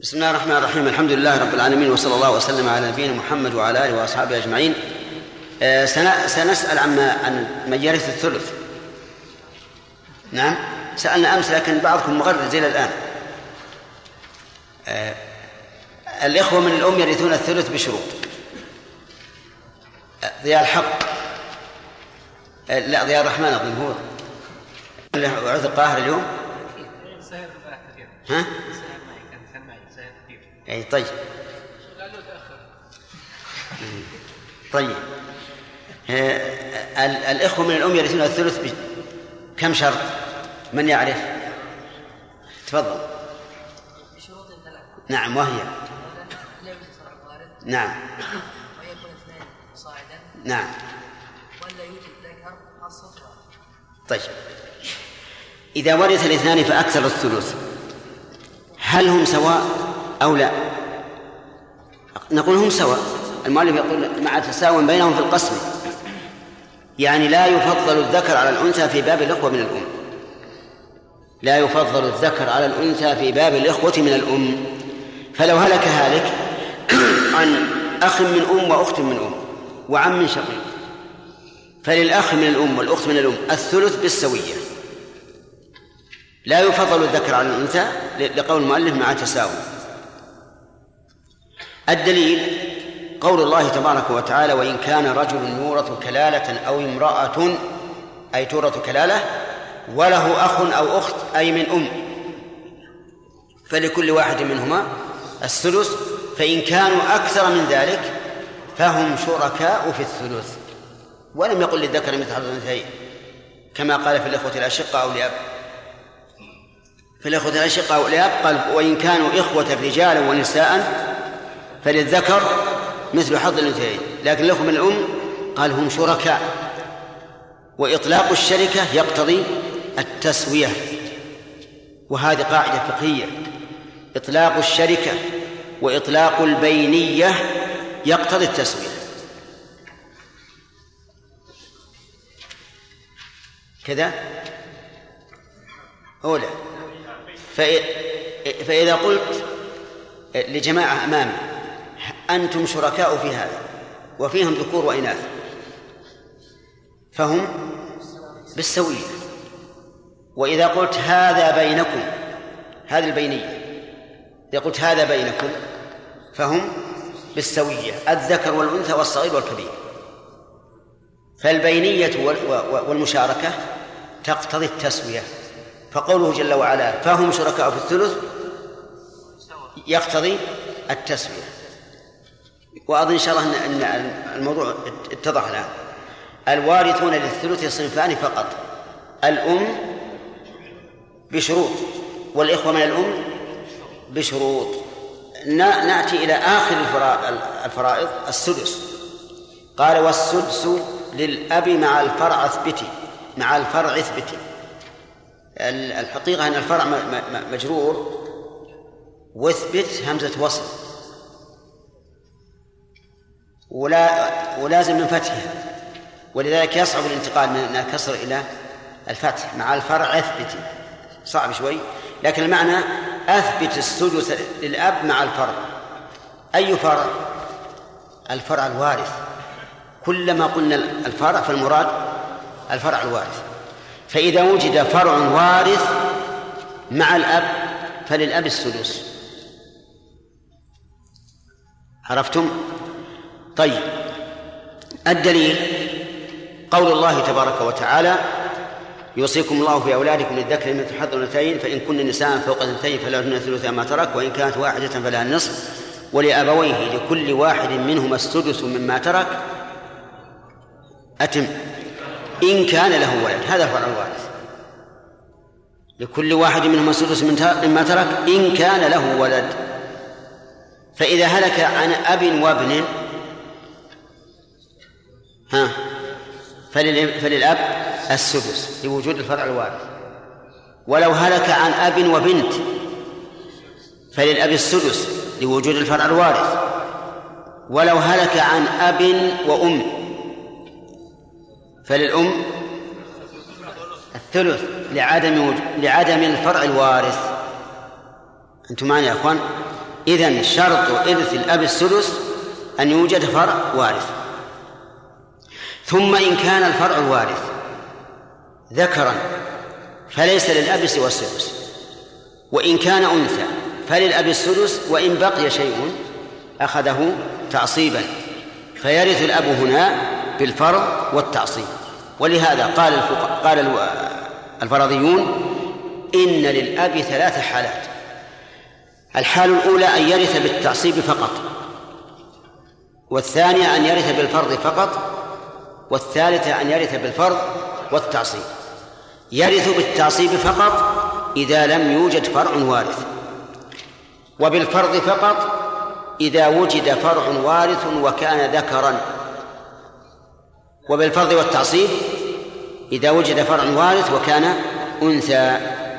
بسم الله الرحمن الرحيم. الحمد لله رب العالمين، وصلى الله وسلم على نبينا محمد وعلى آله وأصحابه أجمعين. سنسأل عن من يرث الثلث. نعم، سألنا أمس لكن بعضكم مغرد إلى الآن. الإخوة من الأم يرثون الثلث بشروط. ضياء الحق، لا ضياء الرحمن أظن هو وعث القاهرة اليوم. ها؟ أي طيب. طيب، الإخوة من الأم يرثون الثلث كم شرط؟ من يعرف؟ تفضل. بشروط ثلاثة. نعم، وهي؟ لا يوجد فرع وارث. نعم. ويكون اثنين صاعدا. نعم. ولا يوجد ذكر الصفر. طيب، إذا ورث الاثنان فأكثر الثلث، هل هم سواء أو لا؟ نقول هم سواء. المؤلف يقول مع تساوي بينهم في القسم، يعني لا يفضل الذكر على الأنثى في باب الإخوة من الأم. لا يفضل الذكر على الأنثى في باب الإخوة من الأم. فلو هلك هالك عن أخ من أم وأخت من أم وعم شقيق، فللأخ من الأم والأخت من الأم الثلث بالسوية، لا يفضل الذكر على الأنثى لقول المؤلف مع تساوي. الدليل قول الله تبارك وتعالى: وإن كان رجل يورث كلالة أو امرأة، أي تورث كلالة، وله أخ أو أخت أي من أم، فلكل واحد منهما الثلث، فإن كانوا أكثر من ذلك فهم شركاء في الثلث. ولم يقل للذكر مثل حظ الأنثيين كما قال في الإخوة الأشقة أو الأب. في الإخوة الأشقة أو الأب قال: وإن كانوا إخوة رجالا ونساء فللذكر مثل حظ الأنثيين. لكن الأخوة من الأم قال هم شركاء، وإطلاق الشركة يقتضي التسوية، وهذه قاعدة فقهية: إطلاق الشركة وإطلاق البينية يقتضي التسوية. كذا أولى. فإذا قلت لجماعة أمامي: أنتم شركاء في هذا، وفيهم ذكور وإناث، فهم بالسوية. وإذا قلت هذا بينكم، هذه البينية، إذا قلت هذا بينكم فهم بالسوية، الذكر والأنثى والصغير والكبير. فالبينية والمشاركة تقتضي التسوية. فقوله جل وعلا فهم شركاء في الثلث يقتضي التسوية. وأظن إن شاء الله أن الموضوع اتضح الآن. الوارثون للثلث صنفان فقط: الأم بشروط، والإخوة من الأم بشروط. نأتي إلى آخر الفرائض السدس. قال: والسدس للأب مع الفرع اثبتي. مع الفرع اثبتي. الحقيقة أن الفرع مجرور، واثبت همزة وصل، ولازم من فتحها، ولذلك يصعب الانتقال من الكسر إلى الفتح. مع الفرع اثبتي صعب شوي، لكن المعنى أثبت السدس للأب مع الفرع. أي فرع؟ الفرع الوارث. كلما قلنا الفرع فالمراد الفرع الوارث. فإذا وجد فرع وارث مع الأب فللأب السدس. عرفتم؟ طيب، الدليل قول الله تبارك وتعالى: يوصيكم الله في أولادكم للذكر مثل حظ الأنثيين، فإن كن نساء فوق اثنتين فلهن ثلث ما ترك، وإن كانت واحدة فلها النصف، ولأبويه لكل واحد منهما السدس مما ترك. أتم. إن كان له ولد، هذا الفرع الوارث. لكل واحد منهما السدس مما ترك إن كان له ولد. فإذا هلك عن أب وابن فللأب السدس لوجود الفرع الوارث. ولو هلك عن أب وبنت فللأب السدس لوجود الفرع الوارث. ولو هلك عن أب وأم فللأم الثلث لعدم الفرع الوارث. أنتم معنا يا أخوان؟ إذن شرط إرث الأب السدس أن يوجد فرع وارث. ثم إن كان الفرع الوارث ذكرا فليس للأب سوى السدس، وإن كان أنثى فللأب السدس، وإن بقي شيء أخذه تعصيبا، فيرث الأب هنا بالفرض والتعصيب. ولهذا قال الفرضيون إن للأب 3 حالات: الحال الأولى أن يرث بالتعصيب فقط، والثانية أن يرث بالفرض فقط، والثالثة أن يرث بالفرض والتعصيب. يرث بالتعصيب فقط إذا لم يوجد فرع وارث، وبالفرض فقط إذا وجد فرع وارث وكان ذكرا، وبالفرض والتعصيب إذا وجد فرع وارث وكان أنثى.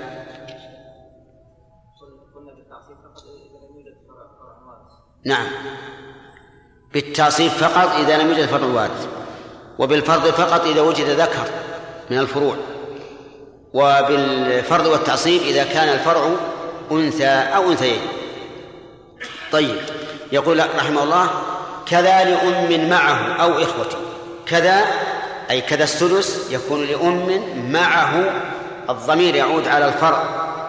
نعم، بالتعصيب فقط إذا لم يوجد فرع وارث، وبالفرض فقط إذا وجد ذكر من الفروع، وبالفرض والتعصيب إذا كان الفرع أنثى أو أنثيين. طيب، يقول رحمه الله: كذا لأم معه أو إخوة. كذا أي كذا السدس يكون لأم معه، الضمير يعود على الفرع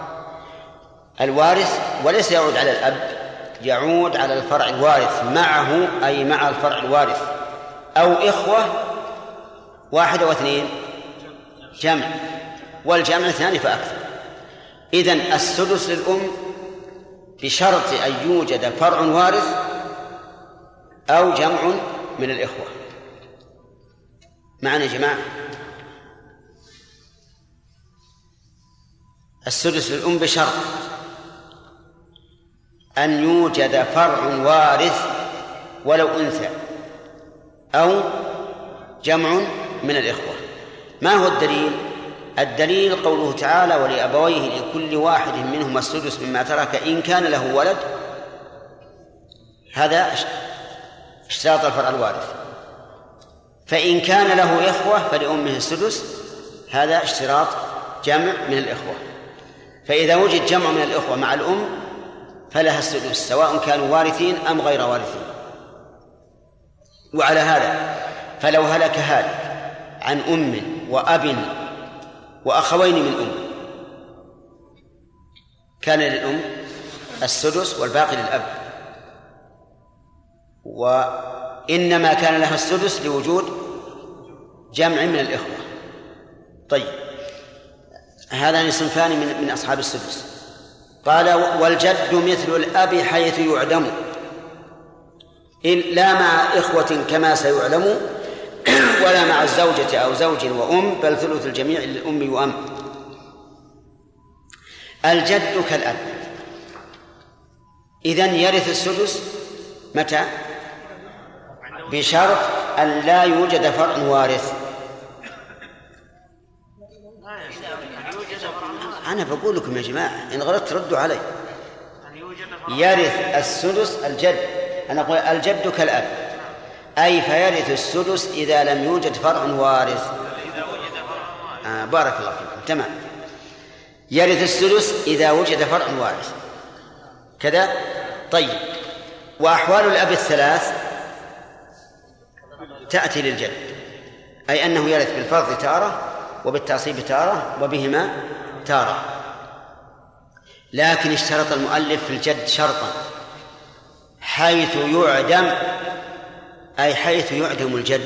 الوارث وليس يعود على الأب، يعود على الفرع الوارث. معه أي مع الفرع الوارث، أو إخوة 1 و2 جمع، والجمع 2 فأكثر. إذن السدس للأم بشرط أن يوجد فرع وارث أو جمع من الإخوة. معنا يا جماعة؟ السدس للأم بشرط أن يوجد فرع وارث ولو أنثى أو جمع من الإخوة. ما هو الدليل؟ الدليل قوله تعالى: ولأبويه لكل واحد منهما السدس مما ترك إن كان له ولد. هذا اشتراط الفرع الوارث. فإن كان له إخوة فلأمه السدس، هذا اشتراط جمع من الإخوة. فإذا وجد جمع من الإخوة مع الأم فلها السدس، سواء كانوا وارثين أم غير وارثين. وعلى هذا فلو هلك هالك عن أم وأب وأخوين من أم كان للأم السدس والباقي للأب، وإنما كان لها السدس لوجود جمع من الإخوة. طيب، هذان صنفان من أصحاب السدس. قال: والجد مثل الأب حيث يعدم، لا مع إخوة كما سيعلم، ولا مع الزوجة أو زوج وأم، بل ثلث الجميع للأم وأم. الجد كالأب، إذن يرث السدس متى؟ بشرط أن لا يوجد فرع وارث. أنا بقول لكم يا جماعة، إن غلطت ردوا علي. يرث السدس الجد، أنا أقول الجد كالأب، أي فيرث السدس إذا لم يوجد فرع وارث. بارك الله فيكم، تمام. يرث السدس إذا وجد فرع وارث كذا. طيب، وأحوال الأب الثلاث تأتي للجد، أي أنه يرث بالفرض تارة، وبالتعصيب تارة، وبهما تارة. لكن اشترط المؤلف في الجد شرطا: حيث يعدم، أي حيث يعدم الجد.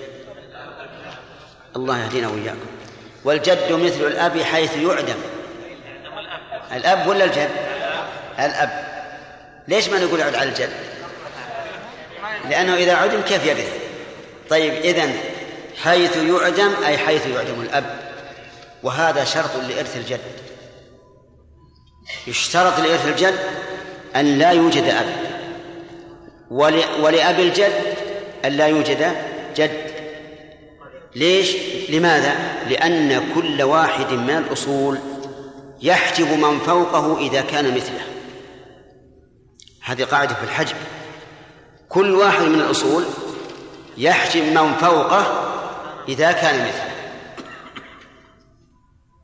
الله يهدينا وإياكم. والجد مثل الأب حيث يعدم. الأب ولا الجد؟ الأب. ليش ما نقول يعد على الجد؟ لأنه إذا عدم كيف يرث؟ طيب، إذن حيث يعدم أي حيث يعدم الأب، وهذا شرط لإرث الجد. يشترط لإرث الجد أن لا يوجد أب، ولأب الجد أن لا يوجد جد. ليش؟ لماذا؟ لأن كل واحد من الأصول يحجب من فوقه إذا كان مثله. هذه قاعدة في الحجب، كل واحد من الأصول يحجب من فوقه إذا كان مثله.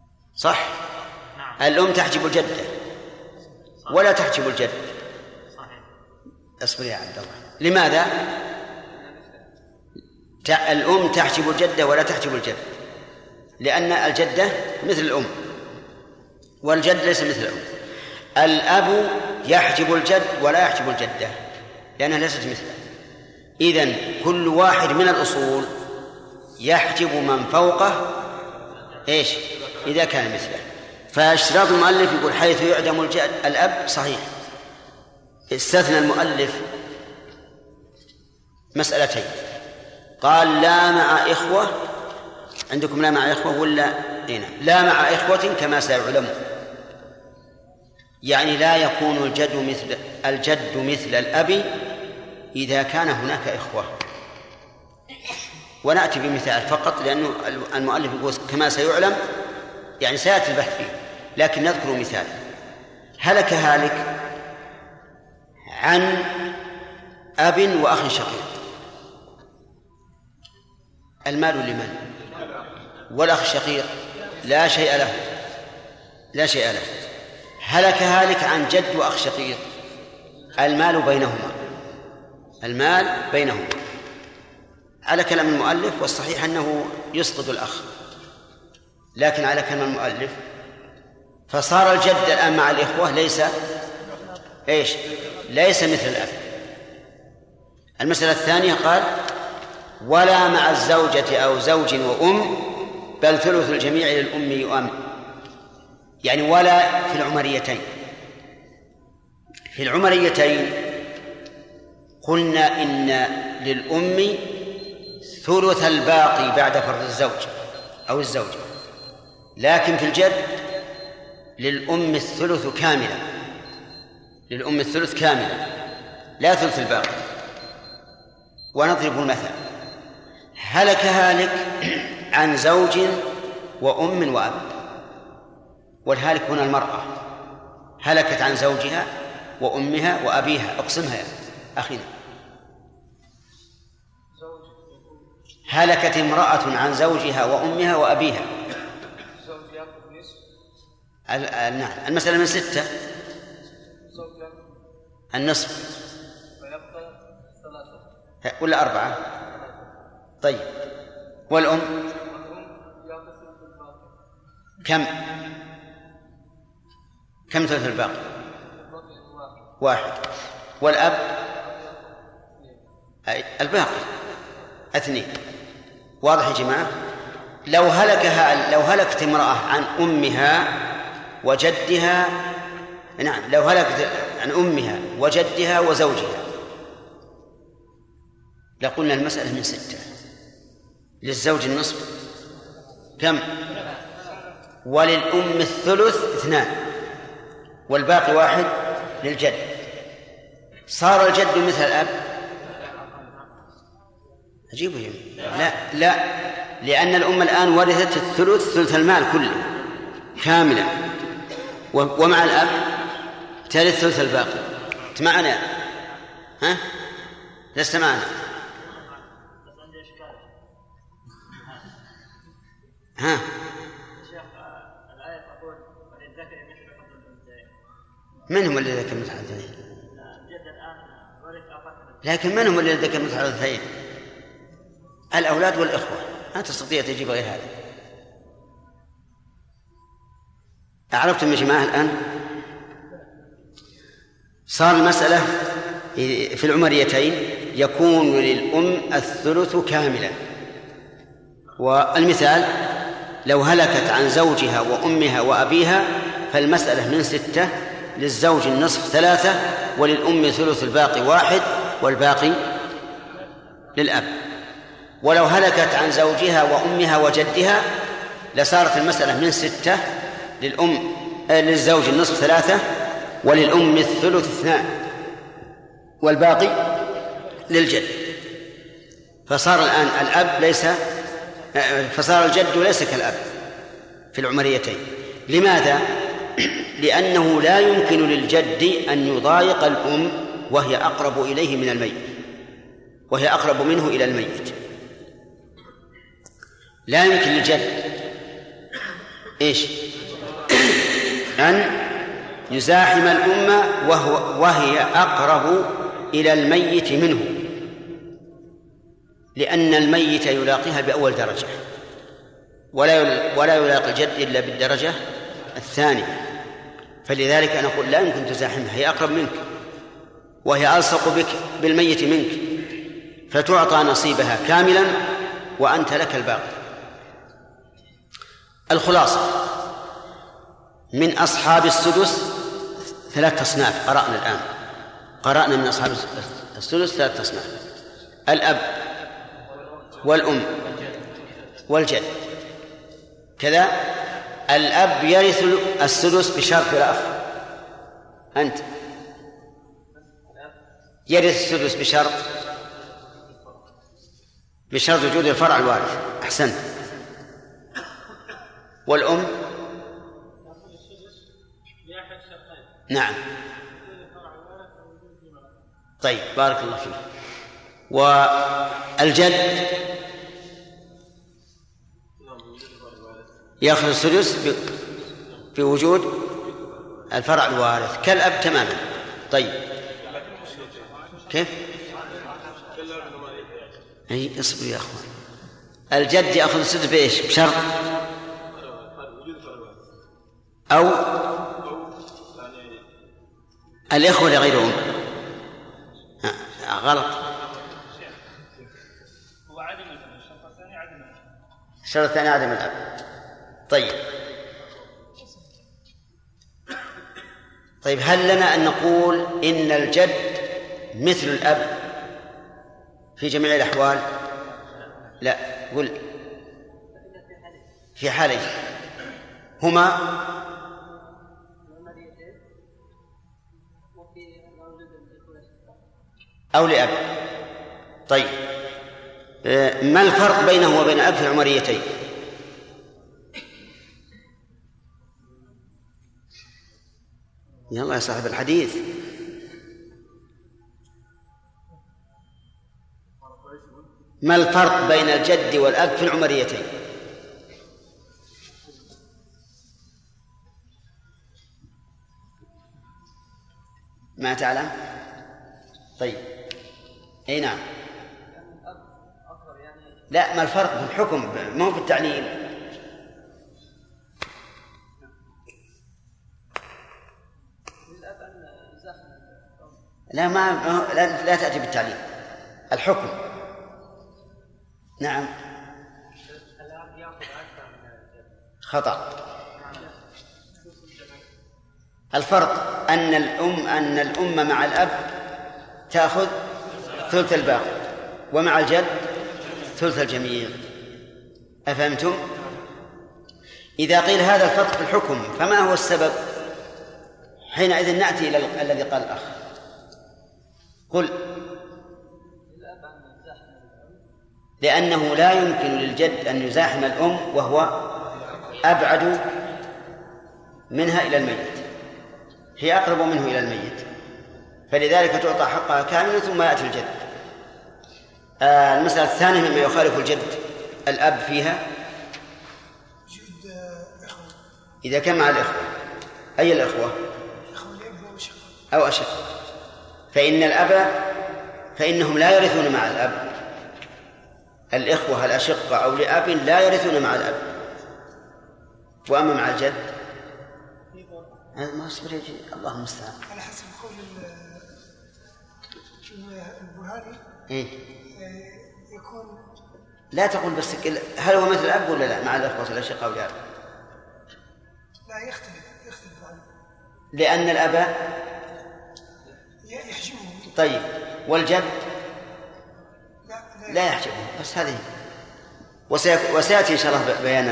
صح؟ الأم تحجب الجدة ولا تحجب الجد، اصبر يا عبد الله. لماذا؟ الأم تحجب الجدة ولا تحجب الجد، لأن الجدة مثل الأم والجد ليس مثل الأم. الأب يحجب الجد ولا يحجب الجدة لأنها ليست مثله. إذن كل واحد من الأصول يحجب من فوقه إيش إذا كان مثله. فاشتراط المؤلف يقول حيث يعدم الجد الأب صحيح. استثنى المؤلف مسألتين، قال لا مع إخوة. عندكم لا مع إخوة ولا هنا؟ لا مع إخوة كما سيعلم، يعني لا يكون الجد مثل الأب إذا كان هناك إخوة. ونأتي بمثال فقط لأنه المؤلف يقول كما سيعلم، يعني سيأتي البحث فيه، لكن نذكر مثال. هلك هالك عن أب وأخ شقيق، المال لمن؟ والأخ الشقيق لا شيء له، لا شيء له. هلك هالك عن جد وأخ شقيق، المال بينهما، المال بينهما على كلام المؤلف، والصحيح أنه يسقط الأخ، لكن على كلام المؤلف فصار الجد الآن مع الإخوة ليس إيش؟ ليس مثل الأب. المسألة الثانية قال ولا مع الزوجة أو زوج وأم بل ثلث الجميع للأم يؤم، يعني ولا في العمريتين. في العمريتين قلنا إن للأم ثلث الباقي بعد فرض الزوج أو الزوجة، لكن في الجد للأم الثلث كاملا، للأم الثلث كاملا لا ثلث الباقي. ونضرب المثل، هلك هالك عن زوج وأم وأب، والهالك هنا المرأة، هلكت عن زوجها وأمها وأبيها. أقسمها يا أخي. هلكت امرأة عن زوجها وأمها وأبيها. نعم، المسألة من 6، النصف ولا 4؟ طيب، والأم كم ثلث الباقي؟ 1. والأب الباقي 2. واضح يا جماعة؟ لو هلكت امرأة عن أمها وجدها، نعم، لو هلكت عن أمها وجدها وزوجها لقلنا المسألة من 6. للزوج النصف كم؟ وللأم الثلث 2، والباقي 1 للجد. صار الجد مثل الأب؟ عجيب يا جماعة. لا، لأن الأم الآن ورثت ثلث المال كله كاملا، ومع الأب ترث ثلث الباقي. معنا؟ ها؟ لست معنا؟ ها؟ من هم الذين ذكر مثل الأنثيين؟ لكن من هم الذين ذكر مثل الأنثيين؟ الأولاد والإخوة. ما تستطيع تجيب غير هذا. أعرفتم يا جماعة الآن؟ صار المسألة في العمريتين يكون للأم الثلث كاملا. والمثال لو هلكت عن زوجها وأمها وأبيها فالمسألة من 6، للزوج النصف 3، وللأم ثلث الباقي 1، والباقي للأب. ولو هلكت عن زوجها وأمها وجدها لصارت المسألة من 6، للزوج النصف 3، وللأم الثلث 2، والباقي للجد. فصار الآن فصار الجد ليس كالأب في العمريتين. لماذا؟ لأنه لا يمكن للجد أن يضايق الأم وهي أقرب إليه من الميت، وهي أقرب منه إلى الميت. لا يمكن للجد أن يزاحم الأم وهي أقرب إلى الميت منه، لأن الميت يلاقيها بأول درجة، ولا يلاقي الجد إلا بالدرجة الثانية. فلذلك أنا أقول لا يمكن تزاحمها، هي أقرب منك وهي ألصق بك بالميت منك، فتعطى نصيبها كاملا وأنت لك الباقي. الخلاصة: من أصحاب السدس 3 أصناف. قرأنا من أصحاب السدس 3 أصناف: الأب والأم والجد. كذا الأب يرث السدس بشرط الأخ. أنت يرث السدس بشرط وجود الفرع الوارث. أحسنت. والأم نعم. طيب بارك الله فيك. والجد يأخذ السدس بوجود الفرع الوارث كالأب تماما. طيب كيف؟ أي اصبر يا أخوان. الجد يأخذ السدس بإيش؟ بشرط أو الإخوة لغيرهم. غلط. الشرط الثاني عدم الأب. طيب هل لنا أن نقول إن الجد مثل الأب في جميع الأحوال؟ لا. قل في حالين هما: أو لأب. طيب ما الفرق بينه وبين الأب في العمريتين؟ يلا يا صاحب الحديث. ما الفرق بين الجد والأب في العمريتين؟ ما تعلم؟ طيب أي نعم. لا، ما الفرق في الحكم مو في التعليل؟ لا تأتي بالتعليل. الحكم نعم. خطأ. الفرق أن الأم مع الأب تأخذ ثلث الباقي، ومع الجد ثلث الجميع. أفهمتم؟ إذا قيل هذا الفرق في الحكم فما هو السبب؟ حينئذ نأتي إلى الذي قال الأخ. قل. لأنه لا يمكن للجد أن يزاحم الأم وهو أبعد منها إلى الميت، هي أقرب منه إلى الميت، فلذلك تعطى حقها كاملا ثم يأتي الجد. المسألة الثانية مما يخالف الجد الأب فيها إذا كان مع الإخوة. أي الإخوة؟ أو أشق. فإن الأب فإنهم لا يرثون مع الأب. الإخوة الأشقة أو لأب لا يرثون مع الأب. وأما مع الجد ما أصبر يجي الله المستعان. على حسب قول البهاري يكون. لا تقول بس هل هو مثل الأب ولا لا مع الأخوة الأشقة أو لأب؟ لا، يختلف عنه. لأن الأب يحجبه. طيب والجد لا يحجبه. بس هذه وسيأتي إن شاء الله بيان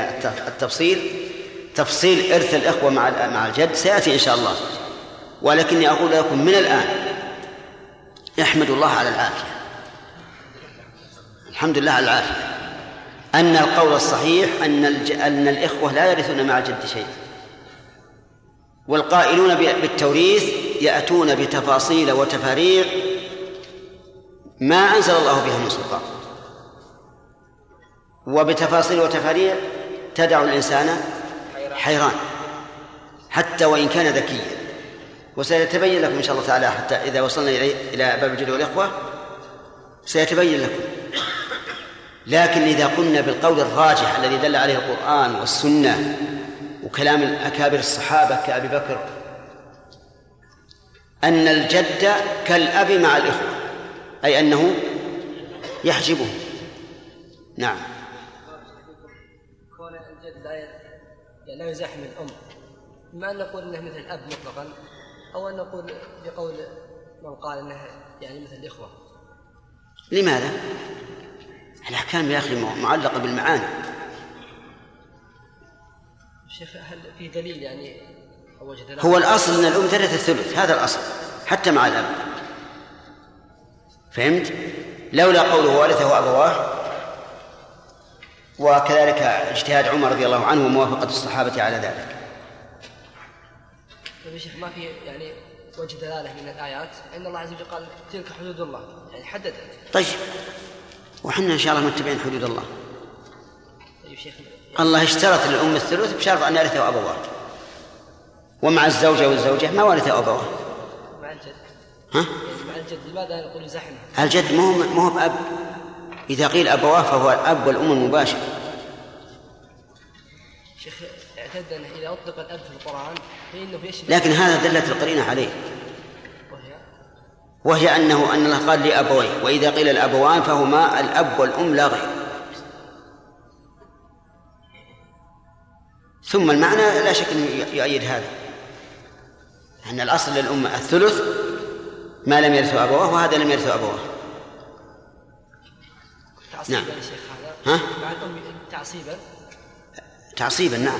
تفصيل إرث الإخوة مع الجد سيأتي إن شاء الله. ولكني أقول لكم من الآن احمدوا الله على العافية. الحمد لله على العافية. أن القول الصحيح أن الإخوة لا يرثون مع الجد شيء، والقائلون بالتوريث يأتون بتفاصيل وتفاريع ما أنزل الله بها من سلطان، وبتفاصيل وتفاريع تدع الإنسان حيران حتى وإن كان ذكيا. وسيتبين لكم إن شاء الله تعالى حتى إذا وصلنا إلى باب الجد والإخوة سيتبين لكم. لكن إذا قلنا بالقول الراجح الذي دل عليه القرآن والسنة وكلام الأكابر الصحابة كأبي بكر أن الجد كالأب مع الإخوة، أي أنه يحجبه. نعم. كون الجد لا يزاحم الأم، ما أن نقول أنه مثل الأب مطلقا، أو أن نقول بقول من قال أنه يعني مثل الإخوة. لماذا؟ الأحكام يا أخي معلقة بالمعاني. شيخ هل في دليل يعني هو الأصل أن الأم ترث الثلث، هذا الأصل حتى مع الأب. فهمت؟ لولا قوله ورثه أبواه، وكذلك اجتهاد عمر رضي الله عنه وموافقة الصحابة على ذلك. طيب يا شيخ ما في يعني وجه دلالة من الآيات أن الله عز وجل قال تلك حدود الله، يعني حددت. طيب وحنا إن شاء الله متبعين حدود الله. طيب شيخ الله اشترط للأم الثلث بشرط أن يرثه أبواه، ومع الزوجة والزوجة ما ورثه أبواه. مع الجد. ها؟ يعني مع الجد لماذا نقول زحمه؟ الجد ما هو بأب. إذا قيل أبواه فهو الأب والأم المباشر. شيخ اعتد أنه إذا أطلق الأب في القرآن فإنه يشمل، لكن هذا دلت القرينة عليه، وهي أن الله قال لأبويه، وإذا قيل الأبوان فهما الأب والأم لا غير. ثم المعنى لا شك أنه يؤيد هذا، أن الأصل للأم الثلث ما لم يرثه أبواه، وهذا لم يرثه أبواه. تعصيبا نعم. يا شيخ هذا ها؟ مع الأم تعصيبا. تعصيبا نعم.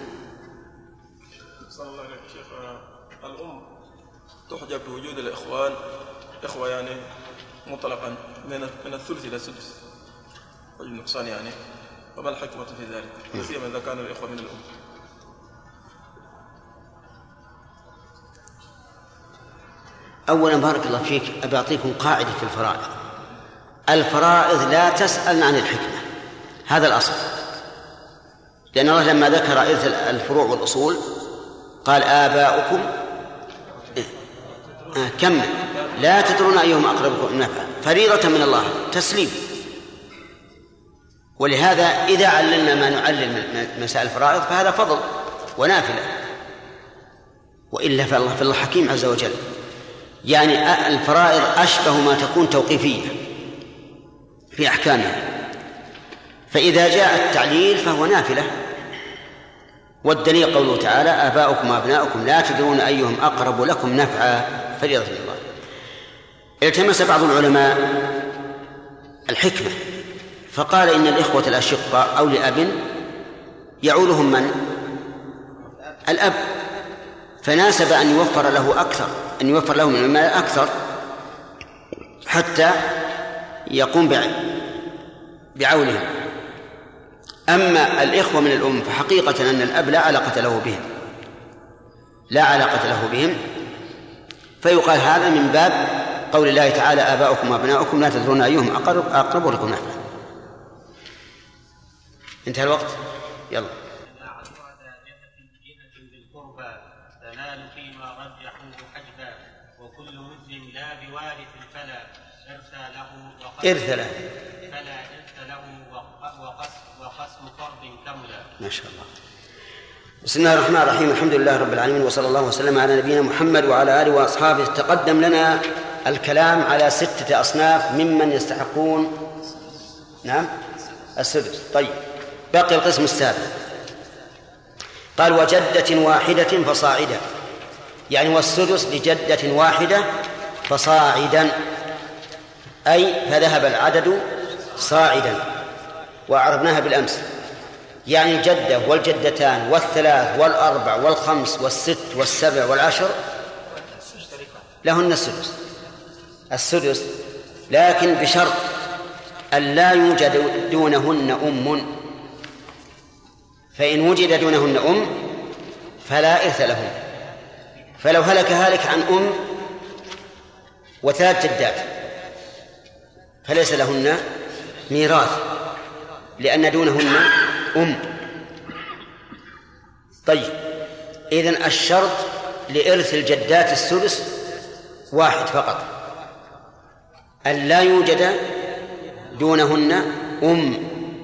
صلى الله عليه شيخ. الأم تحجب بوجود الإخوان، إخوة يعني مطلقا من الثلث إلى السدس والنقصان يعني، فما الحكمة في ذلك؟ سيما إذا كانوا الإخوة من الأم. أولا بارك الله فيك، أبي أعطيكم قاعدة في الفرائض. الفرائض لا تسأل عن الحكمة، هذا الأصل. لأن الله لما ذكر إرث الفروع والأصول قال آباؤكم كم لا تدرون أيهم أقربكم نفعا، فريضة من الله، تسليم. ولهذا إذا عللنا ما نعلل مسائل الفرائض فهذا فضل ونافلة، وإلا فالله حكيم عز وجل. يعني الفرائض أشبه ما تكون توقيفية في أحكامها، فإذا جاء التعليل فهو نافلة. والدليل قوله تعالى آباؤكم وأبناؤكم لا تدرون أيهم أقرب لكم نفعا، فريضة من الله. التمس بعض العلماء الحكمة فقال إن الإخوة الأشقاء أو لأب يعولهم من؟ الأب، فناسب أن يوفر له أكثر، أن يوفر له من المال أكثر حتى يقوم بعولهم. أما الإخوة من الأم فحقيقة أن الأب لا علاقة له بهم، لا علاقة له بهم، فيقال هذا من باب قول الله تعالى آباؤكم وأبناؤكم لا تدرون أيهم أقرب لكم نفعا. انتهى الوقت، يلا. إرث له وقسم فرض كملا. ما شاء الله. بسم الله الرحمن الرحيم، الحمد لله رب العالمين، وصلى الله وسلم على نبينا محمد وعلى آله وأصحابه. تقدم لنا الكلام على 6 أصناف ممن يستحقون نعم السدس. طيب بقي القسم السابع، قال وجدة واحدة فصاعدا، يعني والسدس لجدة واحدة فصاعدا، أي فذهب العدد صاعدا، وعرفناها بالأمس. يعني الجدة والجدتان والثلاث والأربع والخمس والست والسبع والعشر لهن السدس، لكن بشرط أن لا يوجد دونهن أم، فإن وجد دونهن أم فلا إرث لهن. فلو هلك هالك عن أم وثلاث جدات فليس لهن ميراث لأن دونهن أم. طيب إذن الشرط لإرث الجدات السدس واحد فقط، أن لا يوجد دونهن أم.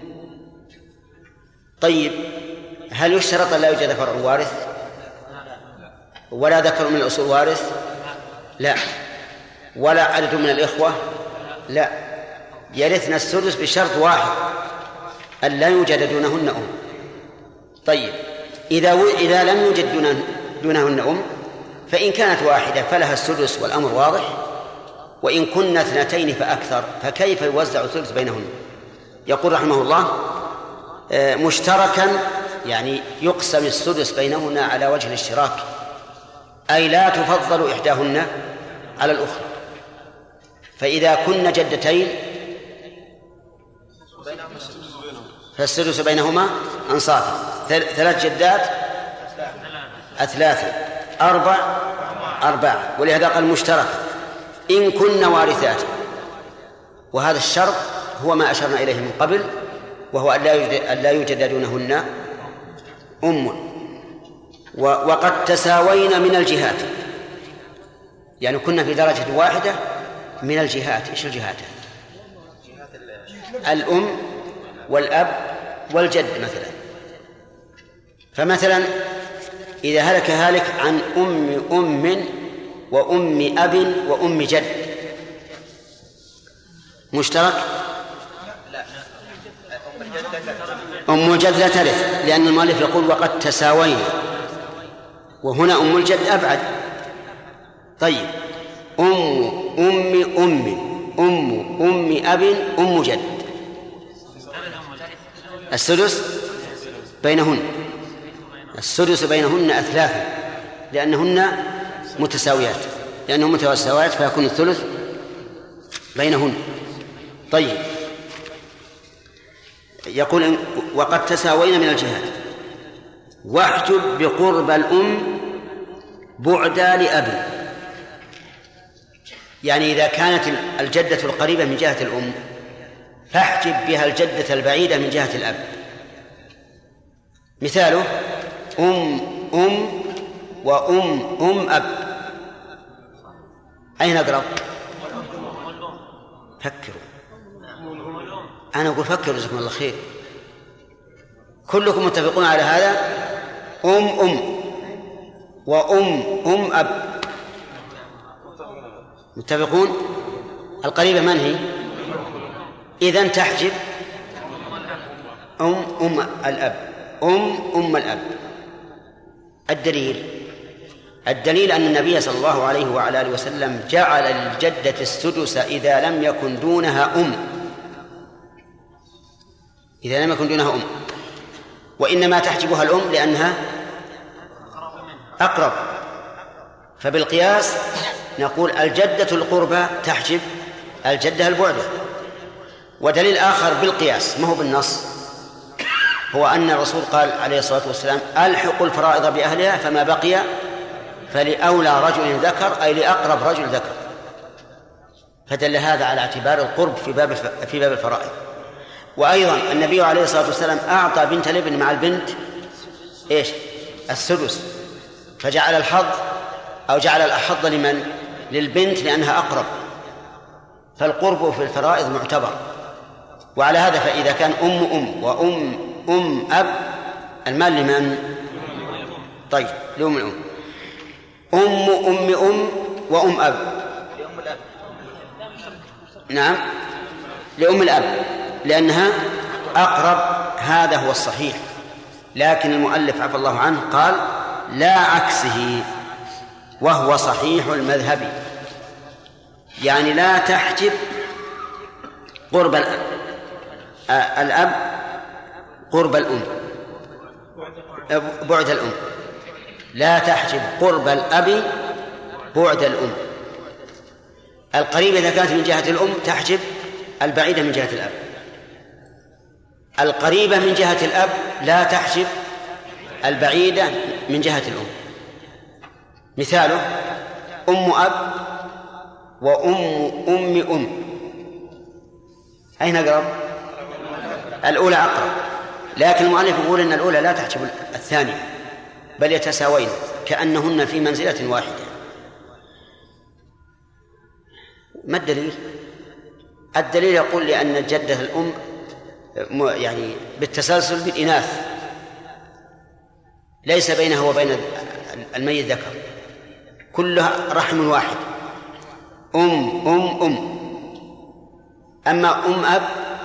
طيب هل يشترط أن لا يوجد فرع وارث ولا ذكر من الأصول وارث؟ لا. ولا عدد من الإخوة؟ لا. يرثن السدس بشرط واحد، أن لا يوجد دونهن أم. طيب إذا لم يوجد دونهن أم فإن كانت واحدة فلها السدس والأمر واضح، وإن كنا اثنتين فأكثر فكيف يوزع الثلث بينهن؟ يقول رحمه الله مشتركا، يعني يقسم السدس بينهن على وجه الاشتراك، أي لا تفضل إحداهن على الأخرى. فإذا كن جدتين فالسدس بينهما أنصافا، 3 جدات 3، 4، ولهذا قال مشترك إن كن وارثات. وهذا الشرط هو ما أشرنا إليه من قبل، وهو أن لا يوجد دونهن أم. وقد تساوين من الجهات، يعني كنا في درجة واحدة من الجهات. إيش الجهات؟ الأم والأب والجد مثلا. فمثلا إذا هلك هالك عن أم وأم أب وأم جد مشترك؟ أم الجد لا ترث، لأن المؤلف يقول وقد تساوين، وهنا أم الجد أبعد. طيب أم أب أم جد، السدس بينهن 3 لأنهن متساويات، فيكون الثلث بينهن. طيب يقول وقد تساوين من الجهات، واحجب بقرب الأم بعدا لأب. يعني إذا كانت الجدة القريبة من جهة الأم فاحجب بها الجدة البعيدة من جهة الأب. مثاله أم وأم أب، أين أقرب؟ فكروا، أنا أقول فكروا جزاكم الله خير. كلكم متفقون على هذا؟ أم وأم أب متفقون. القريبة من هي؟ إذن تحجب أم الأب، أم الأب. الدليل أن النبي صلى الله عليه وعلى آله وسلم جعل الجدة السدس إذا لم يكن دونها أم، وإنما تحجبها الأم لأنها أقرب. فبالقياس نقول الجدة القربى تحجب الجدة البعدة. ودليل آخر بالقياس ما هو بالنص، هو أن الرسول قال عليه الصلاة والسلام ألحقوا الفرائض بأهلها فما بقي فلأولى رجل ذكر، أي لأقرب رجل ذكر. فدل هذا على اعتبار القرب في باب الفرائض. وأيضا النبي عليه الصلاة والسلام أعطى بنت الابن مع البنت إيش؟ السدس، فجعل الحظ أو جعل الأحظ للبنت لأنها أقرب. فالقرب في الفرائض معتبر. وعلى هذا فإذا كان أم وأم أب المال لمن؟ طيب لأم الأم. أم وأم أب، نعم لأم الأب لأنها أقرب، هذا هو الصحيح. لكن المؤلف عفى الله عنه قال لا عكسه، وهو صحيح المذهب، يعني لا تحجب قرب الأب قرب الأم، بعد الأم، لا تحجب قرب الأب بعد الأم. القريبة إذا كانت من جهة الأم تحجب البعيدة من جهة الأب. القريبة من جهة الأب لا تحجب البعيدة من جهة الأم. مثاله أم أب وأم أين أقرب؟ الأولى أقرب، لكن المؤلف يقول أن الأولى لا تحجب الثانية بل يتساوين. كأنهن في منزلة واحدة. ما الدليل؟ الدليل يقول لأن الجدة الأم يعني بالتسلسل بالإناث ليس بينها وبين الميت ذكر، كلها رحم واحد، أم. أما أم أب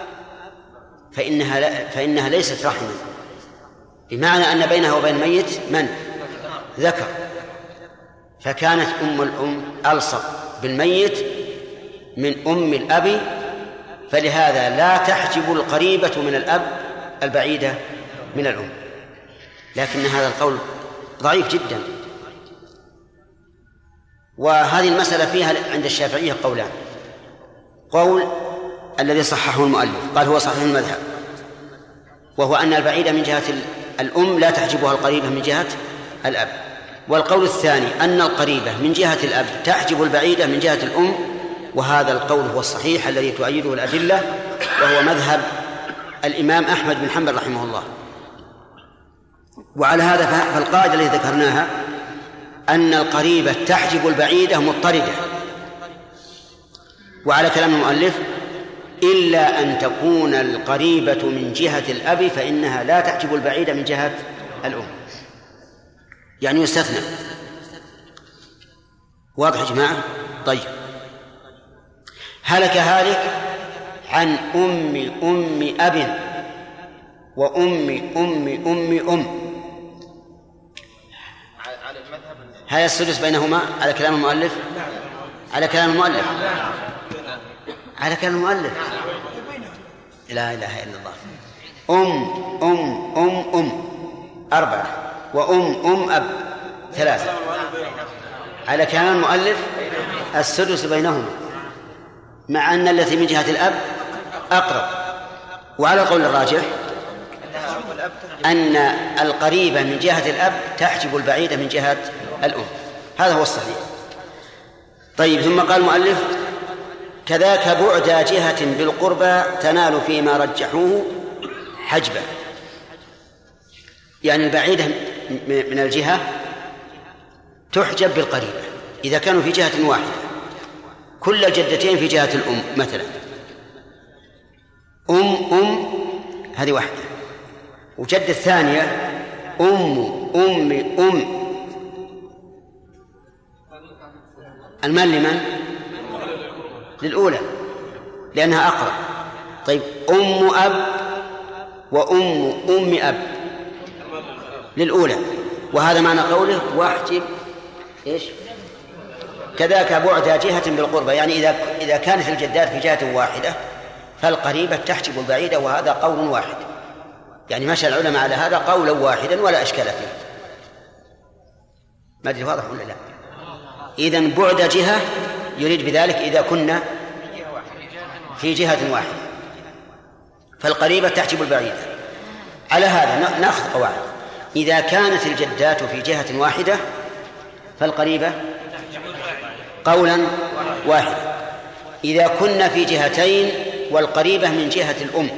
فإنها ليست رحما، بمعنى أن بينها وبين الميت من؟ ذكر، فكانت أم الأم ألصق بالميت من أم الأب، فلهذا لا تحجب القريبة من الأب البعيدة من الأم. لكن هذا القول ضعيف جدا، وهذه المسألة فيها عند الشافعية قولان. قول الذي صححه المؤلف قال هو صحيح المذهب، وهو أن البعيدة من جهة الأم لا تحجبها القريبة من جهة الأب. والقول الثاني أن القريبة من جهة الأب تحجب البعيدة من جهة الأم، وهذا القول هو الصحيح الذي تؤيده الأدلة، وهو مذهب الإمام أحمد بن حنبل رحمه الله. وعلى هذا فالقاعدة التي ذكرناها أن القريبة تحجب البعيدة مضطردة، وعلى كلام المؤلف إلا أن تكون القريبة من جهة الأب فإنها لا تحجب البعيدة من جهة الأم، يعني يستثنى. واضح يا جماعة؟ طيب، هلك هالك عن أم أب وأم هل السدس بينهما على كلام المؤلف؟ على كلام المؤلف، على كلام المؤلف. لا إله إلا الله. أم 4 وأم أب 3. على كلام المؤلف السدس بينهما، مع أن التي من جهة الأب أقرب. وعلى القول الراجح أن القريبة من جهة الأب تحجب البعيدة من جهة الأم، هذا هو الصحيح. طيب، ثم قال المؤلف كذاك بعد جهة بالقربى تنال فيما رجحوه حجبا، يعني البعيدة من الجهة تحجب بالقريبة إذا كانوا في جهة واحدة، كل الجدتين في جهة الأم مثلا، أم هذه واحدة، وجد الثانية أم المال لمن؟ للأولى لأنها أقرب. طيب، أم أب وأم أب للأولى، وهذا معنى قوله واحجب إيش؟ كذاك بعد جهة بالقربة، يعني إذا كانت الجدات في جهة واحدة فالقريبة تحجب البعيدة، وهذا قول واحد، يعني مشى العلماء على هذا قولا واحدا ولا أشكال فيه. ما أدري واضح ولا لا؟ إذن بعد جهة يريد بذلك إذا كنا في جهة واحدة فالقريبة تحجب البعيدة. على هذا نأخذ قواعد: إذا كانت الجدات في جهة واحدة فالقريبة قولا واحدا، إذا كنا في جهتين والقريبة من جهة الأم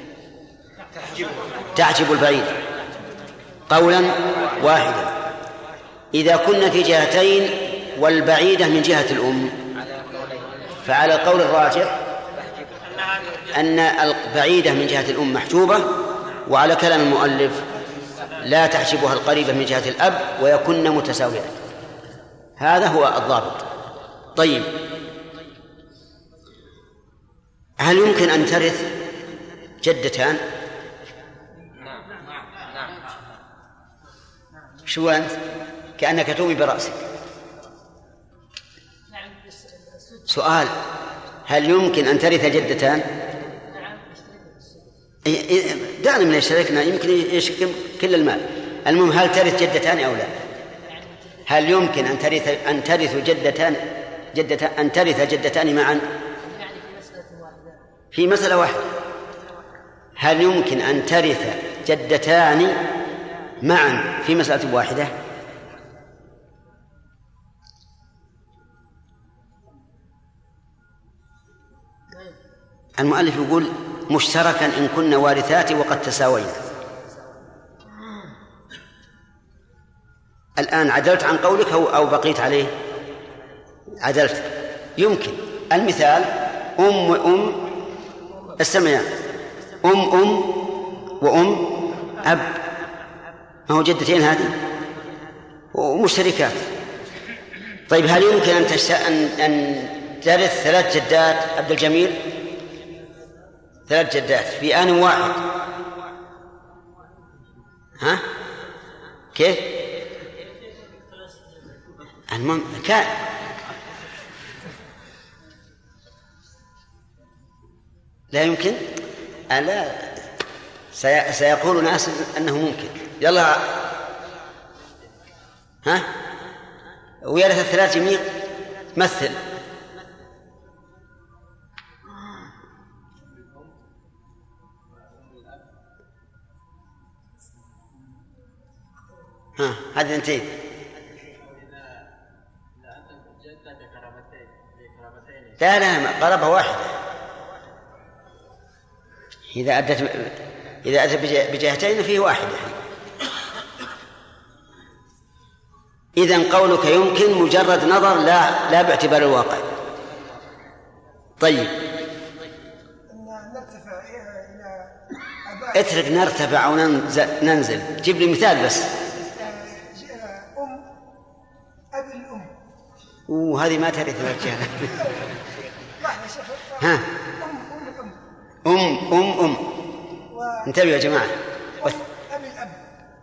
تحجب البعيدة قولا واحدا، إذا كنا في جهتين والبعيدة من جهة الأم فعلى القول الراجح أن البعيدة من جهة الأم محجوبة، وعلى كلام المؤلف لا تحجبها القريبة من جهة الأب ويكون متساويات. هذا هو الضابط. طيب، هل يمكن أن ترث جدتان؟ شو أنت؟ كأنك تومي برأسك. سؤال: هل يمكن أن ترث جدتان؟ دعنا من يشتركنا، يمكن يشكم كل المال. المهم، هل ترث جدتان أو لا؟ هل يمكن أن ترث جدتان معا في مسألة واحدة؟ هل يمكن أن ترث جدتان معا في مسألة واحدة؟ المؤلف يقول مشتركا إن كنا وارثات وقد تساوينا. الآن عدلت عن قولك أو بقيت عليه؟ عدلت. يمكن. المثال أم استمع، أم وأم أب، ما هو جدتين هذه ومشتركات. طيب هل يمكن أن ترث 3 جدات عبد الجميل؟ 3 جدات في آن واحد، ها؟ كيف؟ المهم كان لا يمكن. لا، سيقول ناس أنه ممكن. يلا ها، ويرث 3 جميع. مثل. ها، هذه انتين. لا قرابة واحدة. إذا أتت بجهتين فيه واحدة. إذن قولك يمكن مجرد نظر، لا باعتبار الواقع. طيب نرتفع إلى اترك نرتفع أو ننزل. جيب لي مثال بس. أبي الأم. وهذه ما ترث الرجال. ها، أم انتبهوا يا جماعة. أبي الأب.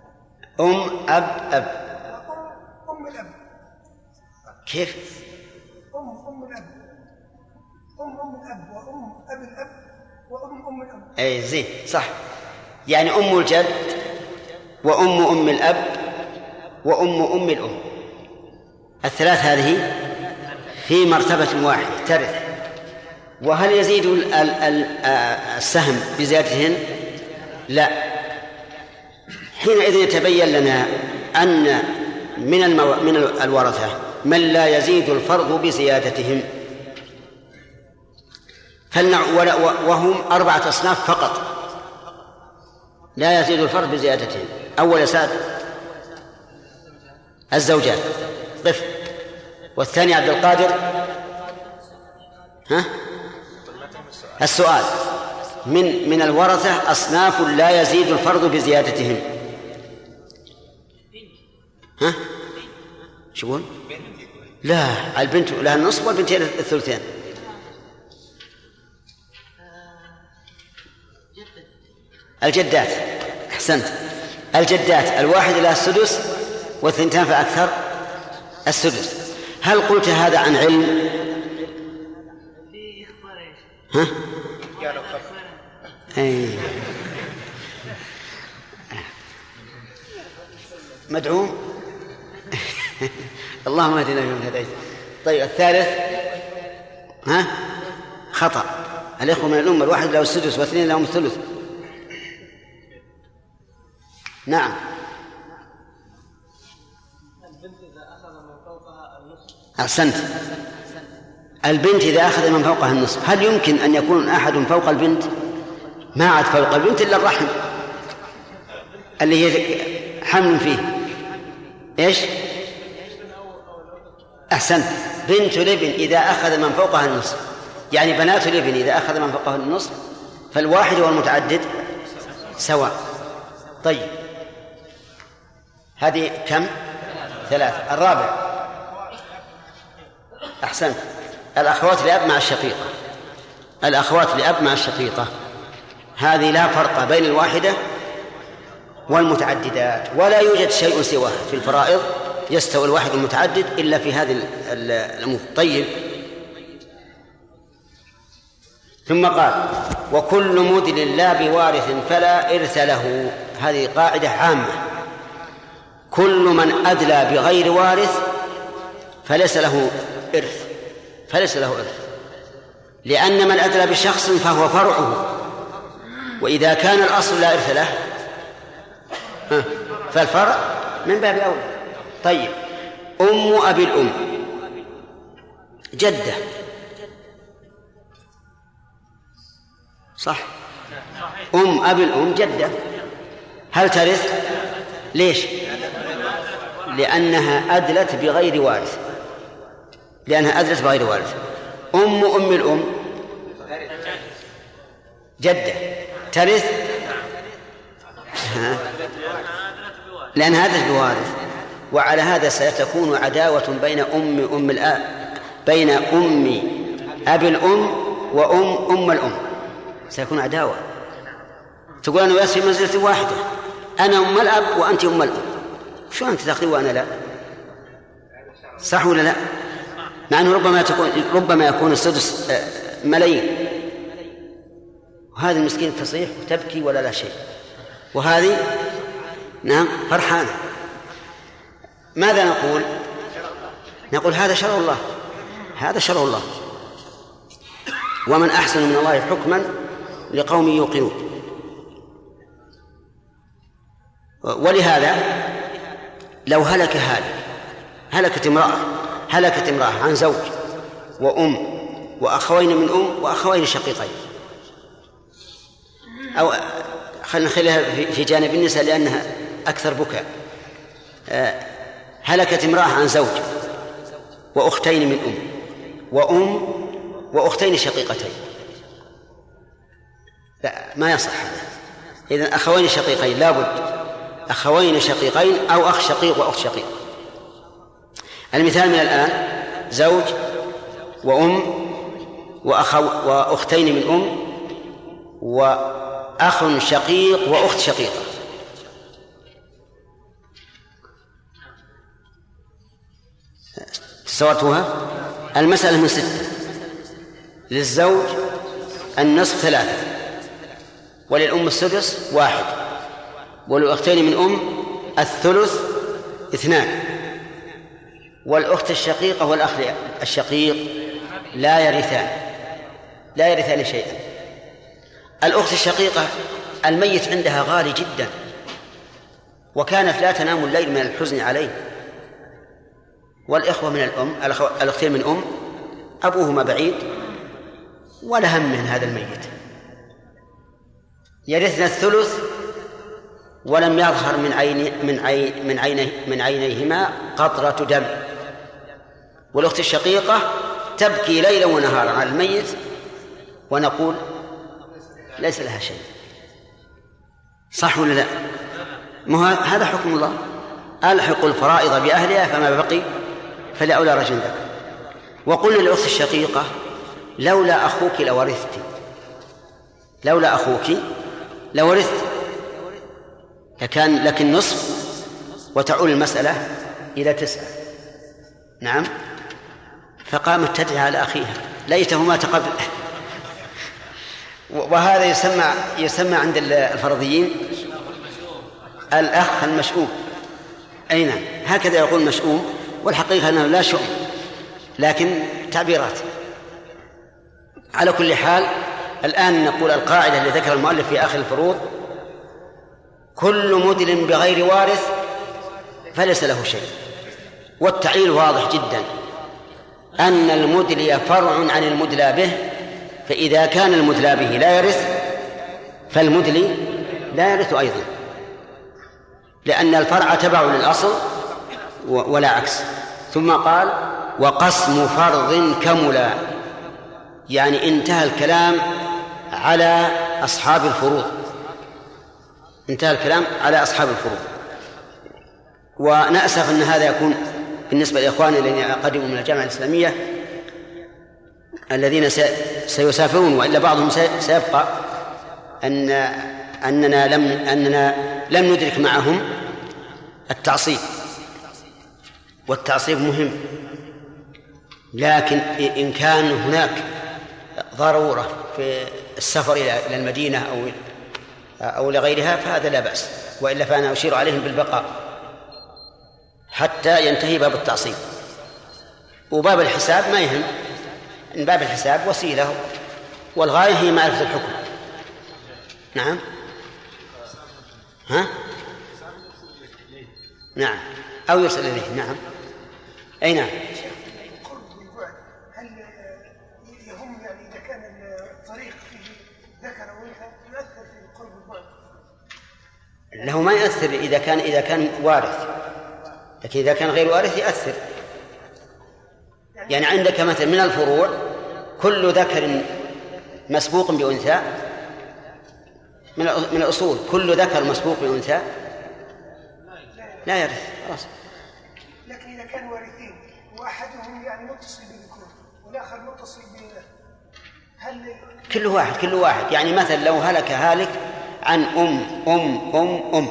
أب. أم الأب. كيف؟ أم الأب. أم الأب وأم أبي الأب وأم الأب. أي زين صح. يعني أم الجد وأم الأب وأم الأم، الثلاث هذه في مرتبة واحدة ترث. وهل يزيد السهم بزيادتهن؟ لا. حينئذ يتبين لنا أن من الورثة من لا يزيد الفرض بزيادتهم، وهم 4 أصناف فقط لا يزيد الفرض بزيادتهم. أول أساد الزوجات، طفل. والثاني عبد القادر، ها؟ السؤال. من الورثة أصناف لا يزيد الفرض بزيادتهم. ها؟ شو يقول؟ لا، البنت لها النصف والبنتين الثلثين. الجدات، أحسنت. الجدات الواحد لها السدس والثنتان فأكثر السدس. هل قلت هذا عن علم؟ ها؟ مدعوم. اللهم اهدنا فيمن هديت. طيب الثالث، ها؟ خطأ. الإخوة من الأمة الواحد له السدس واثنين لهم الثلث. نعم. البنت إذا أخذ من فوقها النصف. أحسنت. البنت إذا أخذ من فوقها النصف، هل يمكن أن يكون أحد فوق البنت؟ ما عاد فوق البنت إلا الرحم اللي هي حمل فيه. إيش؟ أحسنت. بنت لبن إذا أخذ من فوقها النصف، يعني بنات لبن إذا أخذ من فوقها النصف، فالواحد والمتعدد سواء. طيب هذه كم؟ 3. الرابع، أحسنت، الأخوات لأب مع الشقيقة. الأخوات لأب مع الشقيقة هذه لا فرق بين الواحدة والمتعددات، ولا يوجد شيء سواه في الفرائض يستوي الواحد والمتعدد إلا في هذه الأمور. طيب، ثم قال: وكل مدل لا بوارث فلا إرث له. هذه قاعدة عامة. كل من أدلى بغير وارث فليس له إرث، لأن من أدلى بشخص فهو فرعه، وإذا كان الأصل لا إرث له فالفرع من باب أولى. طيب، أم أبي الأم جدة، صح؟ أم أبي الأم جدة، هل ترث؟ ليش؟ لأنها أدلت بغير وارث، أم الأم جدة ترث لأنها أدلت بوارث. وعلى هذا ستكون عداوة بين أم أبي الأم وأم الأم، سيكون عداوة. تقول أنا وياس في منزلة واحدة، أنا أم الأب وأنت أم الأم، شو أنت تأخذي وأنا لا؟ صح ولا لا؟ مع أنه ربما يكون السدس ملايين، وهذه المسكينة تصيح وتبكي ولا لا شيء، وهذه نعم فرحانة. ماذا نقول؟ نقول هذا شرع الله، هذا شرع الله، ومن أحسن من الله حكما لقوم يوقنون. ولهذا لو هلكت امرأة عن زوج وأم وأخوين من أم وأخوين شقيقين، أو خلينا نخليها في جانب النساء لأنها أكثر بكاء. هلكت امرأة عن زوج وأختين من وأم وأختين شقيقتين، لا ما يصح هذا. إذن أخوين شقيقين لابد، أخوين شقيقين أو أخ شقيق وأخت شقيق. المثال من الآن زوج وأم وأختين من وأخ شقيق وأخت شقيقة. تصورتها؟ المسألة من 6، للزوج النصف 3، وللأم السدس 1، وللأختين من الثلث 2، والأخت الشقيقة والأخ الشقيق لا يرثان شيئا. الأخت الشقيقة الميت عندها غالي جدا، وكانت لا تنام الليل من الحزن عليه. والإخوة من الأختين من أبوهما بعيد ولا هم من هذا الميت، يرثن الثلث ولم يظهر من عينيهما قطرة دم. والأخت الشقيقة تبكي ليلا ونهارا على الميت ونقول ليس لها شيء. صح ولا لا؟ هذا حكم الله، ألحق الفرائض بأهلها فما بقي فلأولى رجل ذكر. وقلنا للأخت الشقيقة لولا أخوك لورثت، لكن نصف وتعول المسألة إلى 9. نعم. فقامت تدعي على أخيها ليته مات قبل. وهذا يسمى عند الفرضيين الأخ المشؤوم. أي نعم، هكذا يقول مشؤوم، والحقيقة أنه لا شؤم، لكن تعبيرات. على كل حال الآن نقول القاعدة اللي ذكر المؤلف في آخر الفروض: كل مدل بغير وارث فليس له شيء. والتعليل واضح جدا، أن المدلي فرع عن المدلى به، فإذا كان المدلى به لا يرث فالمدلي لا يرث أيضا، لأن الفرع تبع للأصل ولا عكس. ثم قال: وقسم فرض كملا، يعني انتهى الكلام على أصحاب الفروض، ونأسف أن هذا يكون بالنسبة لإخواننا الذين قدموا من الجامعة الإسلامية الذين سيسافرون، وإلا بعضهم سيبقى، أننا لم ندرك معهم التعصيب، والتعصيب مهم. لكن إن كان هناك ضرورة في السفر إلى المدينة أو لغيرها فهذا لا بأس، وإلا فأنا أشير عليهم بالبقاء حتى ينتهي باب التعصيب. وباب الحساب ما يهم، إن باب الحساب وسيلة، والغاية هي معرفة الحكم. نعم. نعم، أو يرسل إليه. نعم. أي نعم. هل يهم يعني إذا كان الطريق فيه ذكر وأنثى يؤثر في القرب والبعد؟ له ما يؤثر إذا كان وارث، لكن إذا كان غير وارث يأثر. يعني عندك مثلا من الفروع كل ذكر مسبوق بأنثى، من الأصول كل ذكر مسبوق بأنثى لا يرث خلاص. لكن إذا كانوا وارثين وأحدهم يعني متصل بذكور والآخر متصل بإناث هل كل واحد يعني مثلا لو هلك هالك عن أم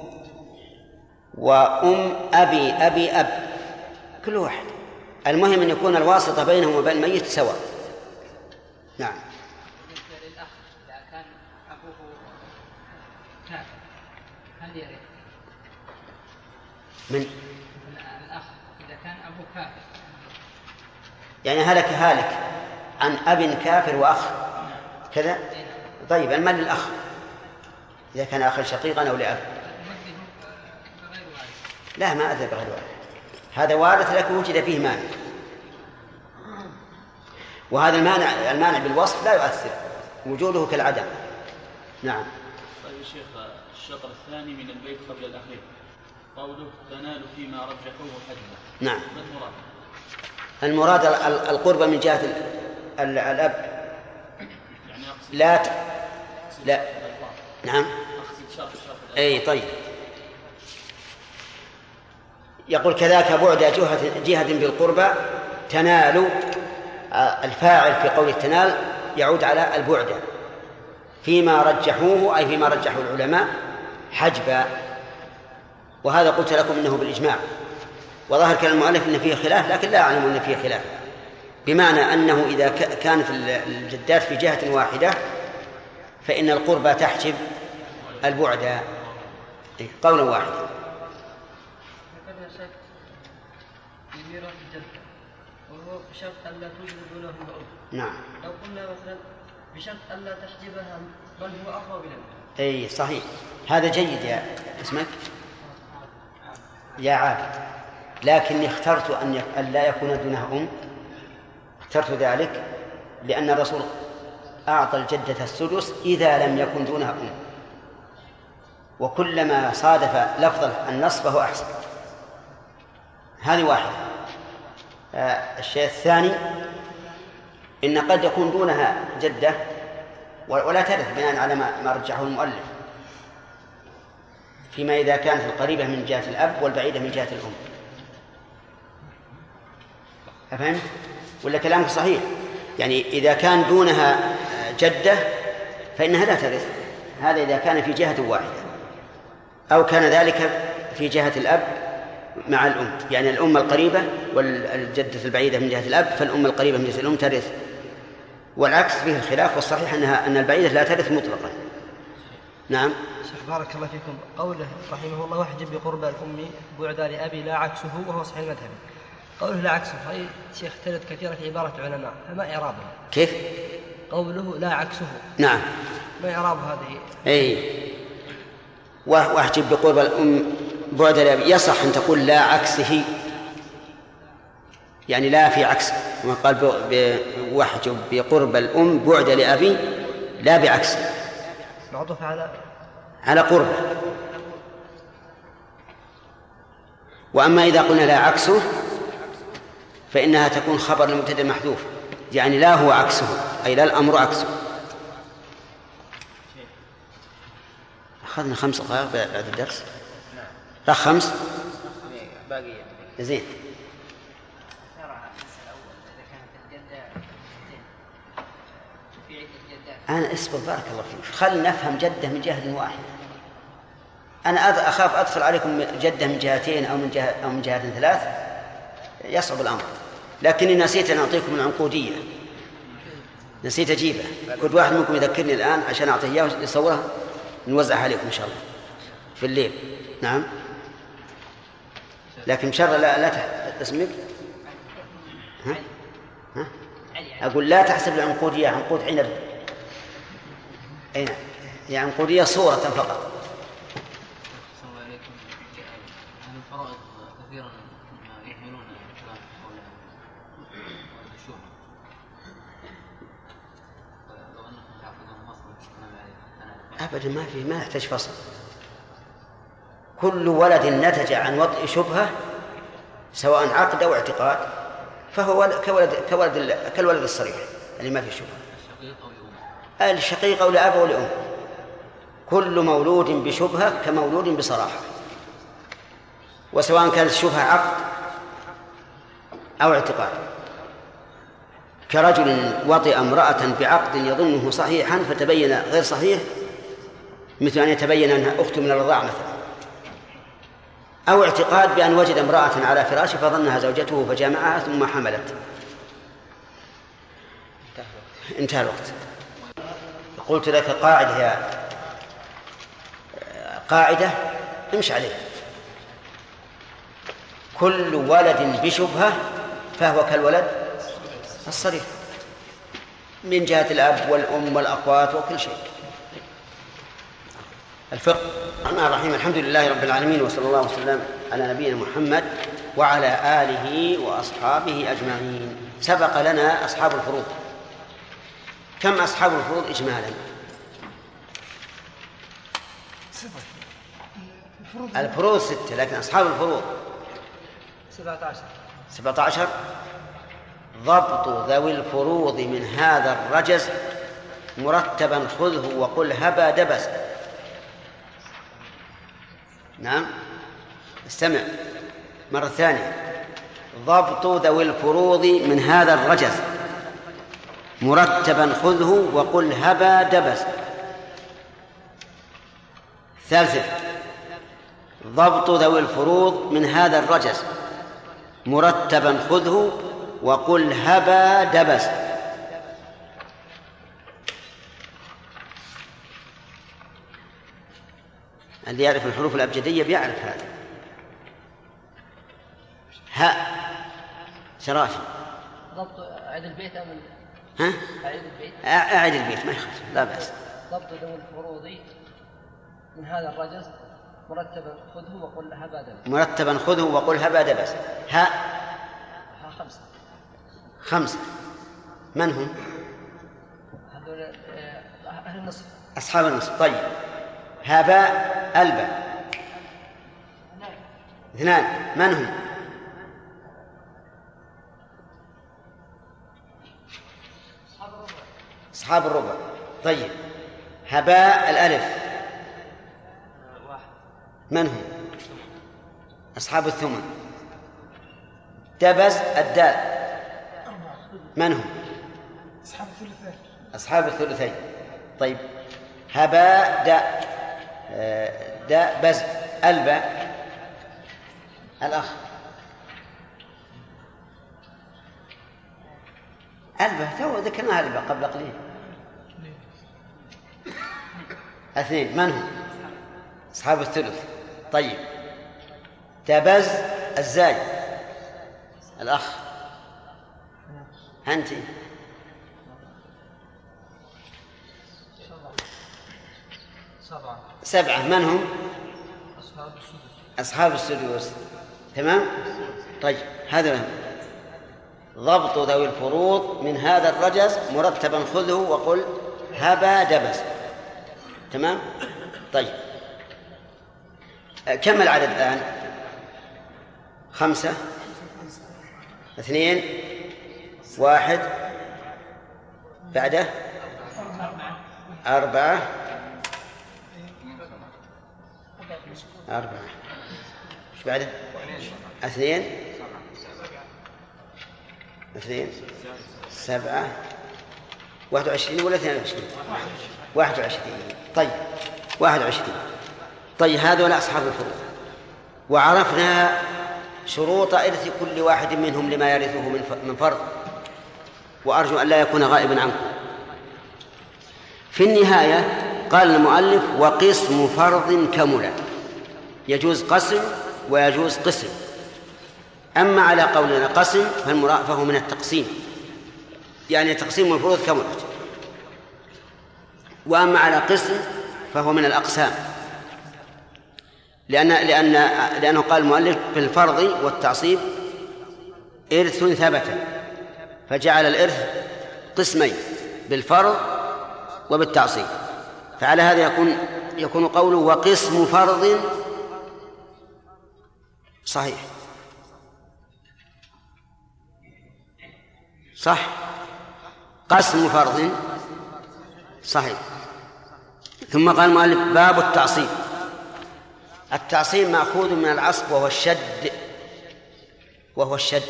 وأم أبي أب كل واحد، المهم أن يكون الواسطة بينهم وبين الميت سواء. نعم. بالنسبة للأخ إذا كان أبوه كافر هل يرث؟ من الأخ إذا كان أبوه كافر يعني هالك عن أب كافر وأخ كذا. طيب المال للأخ إذا كان أخا شقيقا أو لأب. لا ما أذى بغير وارث، هذا وارث لكن وجد فيه مانع، وهذا المانع بالوصف لا يؤثر وجوده كالعدم. نعم. طيب يا شيخ الشطر الثاني من البيت قبل الأخير قوله تنال فيما رجحوه حجبا. نعم. ما المراد القرب من جهة الأب يعني لا نعم. أي طيب. يقول كذاك بعد جهة بالقربى تنال. الفاعل في قول التنال يعود على البعد فيما رجحوه أي فيما رجحه العلماء حجبا، وهذا قلت لكم إنه بالإجماع، وظاهر كلام المؤلف إن فيه خلاف لكن لا أعلم أن فيه خلاف، بمعنى أنه إذا كانت الجدات في جهة واحدة فإن القربى تحجب البعد قولا واحدا. ميراث الجدة وهو بشرط ألا توجد دونه الأم. نعم. لو قلنا مثلا بشرط ألا تحجبها بل هو أقرب إلى الأم. أي صحيح، هذا جيد. يا اسمك يا عابد، لكني اخترت أن لا يكون دونها أم. اخترت ذلك لأن الرسول أعطى الجدة السدس إذا لم يكن دونها أم، وكلما صادف لفظ النص فهو أحسن. هذه واحدة. الشيء الثاني إن قد يكون دونها جدة ولا ترث بناء على ما رجحه المؤلف، فيما إذا كانت القريبة من جهة الأب والبعيدة من جهة الأم. أفهمت؟ ولا كلامك صحيح؟ يعني إذا كان دونها جدة فإنها لا ترث، هذا إذا كان في جهة واحدة، أو كان ذلك في جهة الأب مع الأم، يعني الأم القريبة والجدة البعيدة من جهة الأب، فالأم القريبة من جهة الأم ترث، والعكس فيه الخلاف، والصحيح أن البعيدة لا ترث مطلقا. نعم. شيخ بارك الله فيكم، قوله رحمه الله واحجب بقرب الأم بعد لأبي لا عكسه وهو صحيح المذهب، قوله لا عكسه هي شيخ ترد كثيرة في عبارة علماء، فما إعرابه؟ كيف؟ قوله لا عكسه. نعم. ما إعراب هذه؟ أي واحجب بقرب الأم بعد لأبي، يصح أن تقول لا عكسه، يعني لا في عكس، كما قال واحجب بقرب الأم بعد لأبي لا بعكس، معطوف على قرب. وأما إذا قلنا لا عكسه فإنها تكون خبر للمبتدأ المحذوف، يعني لا هو عكسه أي لا الأمر عكسه. أخذنا 5 دقائق بعد الدرس. لا 5 باقي زين. أنا أصبر بارك الله فيك، خلنا نفهم جدة من جهة واحدة. أنا أخاف أدخل عليكم جدة من جهتين أو من جهة 3 يصعب الأمر، لكني نسيت أن أعطيكم العنقودية، نسيت أجيبها. كل واحد منكم يذكرني الآن عشان أعطيه إياه يصورها نوزعها عليكم إن شاء الله في الليل. نعم. لكن شر لا تسمك. ها؟ أقول لا تحسب العنقودية عنقود عنب، أين هي عنقودية صورة فقط. السلام عليكم. أهل الفرائض كثيرا يحملون الكلام حول الشهرة، لو أنكم تعقدون فصل أبدا ما يحتاج فصل. كل ولد نتج عن وطء شبهة سواء عقد أو اعتقاد فهو كالولد الصريح اللي ما في شبهة. الشقيق أو لأب أو لأم، كل مولود بشبهة كمولود بصراحة، وسواء كانت الشبهة عقد أو اعتقاد، كرجل وطئ امرأة بعقد يظنه صحيحا فتبين غير صحيح، مثل أن يتبين أنها أخت من الرضاعة مثلا، أو اعتقاد بأن وجد امرأة على فراشه فظنها زوجته فجامعها ثم حملت. انتهى الوقت. قلت لك قاعدة امشي عليها: كل ولد بشبهة فهو كالولد الصريح من جهة الأب والأم والأخوات وكل شيء. الفقه. الرحمن الرحيم. الحمد لله رب العالمين، وصلى الله وسلم على نبينا محمد وعلى آله وأصحابه أجمعين. سبق لنا أصحاب الفروض. كم أصحاب الفروض إجمالا؟ الفروض 6، لكن أصحاب الفروض 17. ضبط ذوي الفروض من هذا الرجز مرتبا خذه وقل هبا دبس. نعم، استمع مرة ثانية. ضبط ذوي الفروض من هذا الرجز مرتبا خذه وقل هبا دبس. ثالثا: ضبط ذوي الفروض من هذا الرجز مرتبا خذه وقل هبا دبس. اللي يعرف الحروف الأبجدية بيعرف هذا. هاء شراشي. ضبط أعد البيت أم ها؟ أعد البيت ما يخالف، لا بأس. ضبط ذوي الفروض من هذا الرجز مرتبا خذه وقل هبا دبس. مرتبا خذه وقل هبا دبس. هاء 5. من هم؟ هذول أهل النصف، أصحاب النصف. طيب، هباء ألبا 2. من هم؟ أصحاب الربع. طيب، هباء الألف 1. من هم؟ أصحاب الثمن. دبز الدال من هم؟ أصحاب الثلثين. طيب، هباء داء بز ألبا الأخ ألبا تو ذكرنا ألبا قبل قليل. 2. من هم؟ أصحاب الثلث. طيب، تبز الزاي الأخ أنت 7. من هم؟ أصحاب السدس. تمام. طيب، هذا ضبط ذوي الفروض من هذا الرجز مرتبا خذه وقل هبا دبس. تمام. طيب، كم العدد الآن؟ 5 2 1 بعده 4 ايش بعد 2 7 21 ولا 22؟ 21. طيب، 21. طيب، هذول أصحاب الفروض، وعرفنا شروط إرث كل واحد منهم لما يرثه من فرض، وأرجو أن لا يكون غائبا عنكم. في النهاية قال المؤلف: وقسم فرض كمل. يجوز قسم ويجوز قسم. أما على قولنا قسم فهو من التقسيم، يعني تقسيم الفروض كملت. وأما على قسم فهو من الأقسام، لأنه قال المؤلف في الفرض والتعصيب إرث ثبت، فجعل الإرث قسمين: بالفرض وبالتعصيب. فعلى هذا يكون قوله وقسم فرض صحيح، صح. قسم فرض صحيح. ثم قال المؤلف باب التعصيب. التعصيب مأخوذ من العصب وهو الشد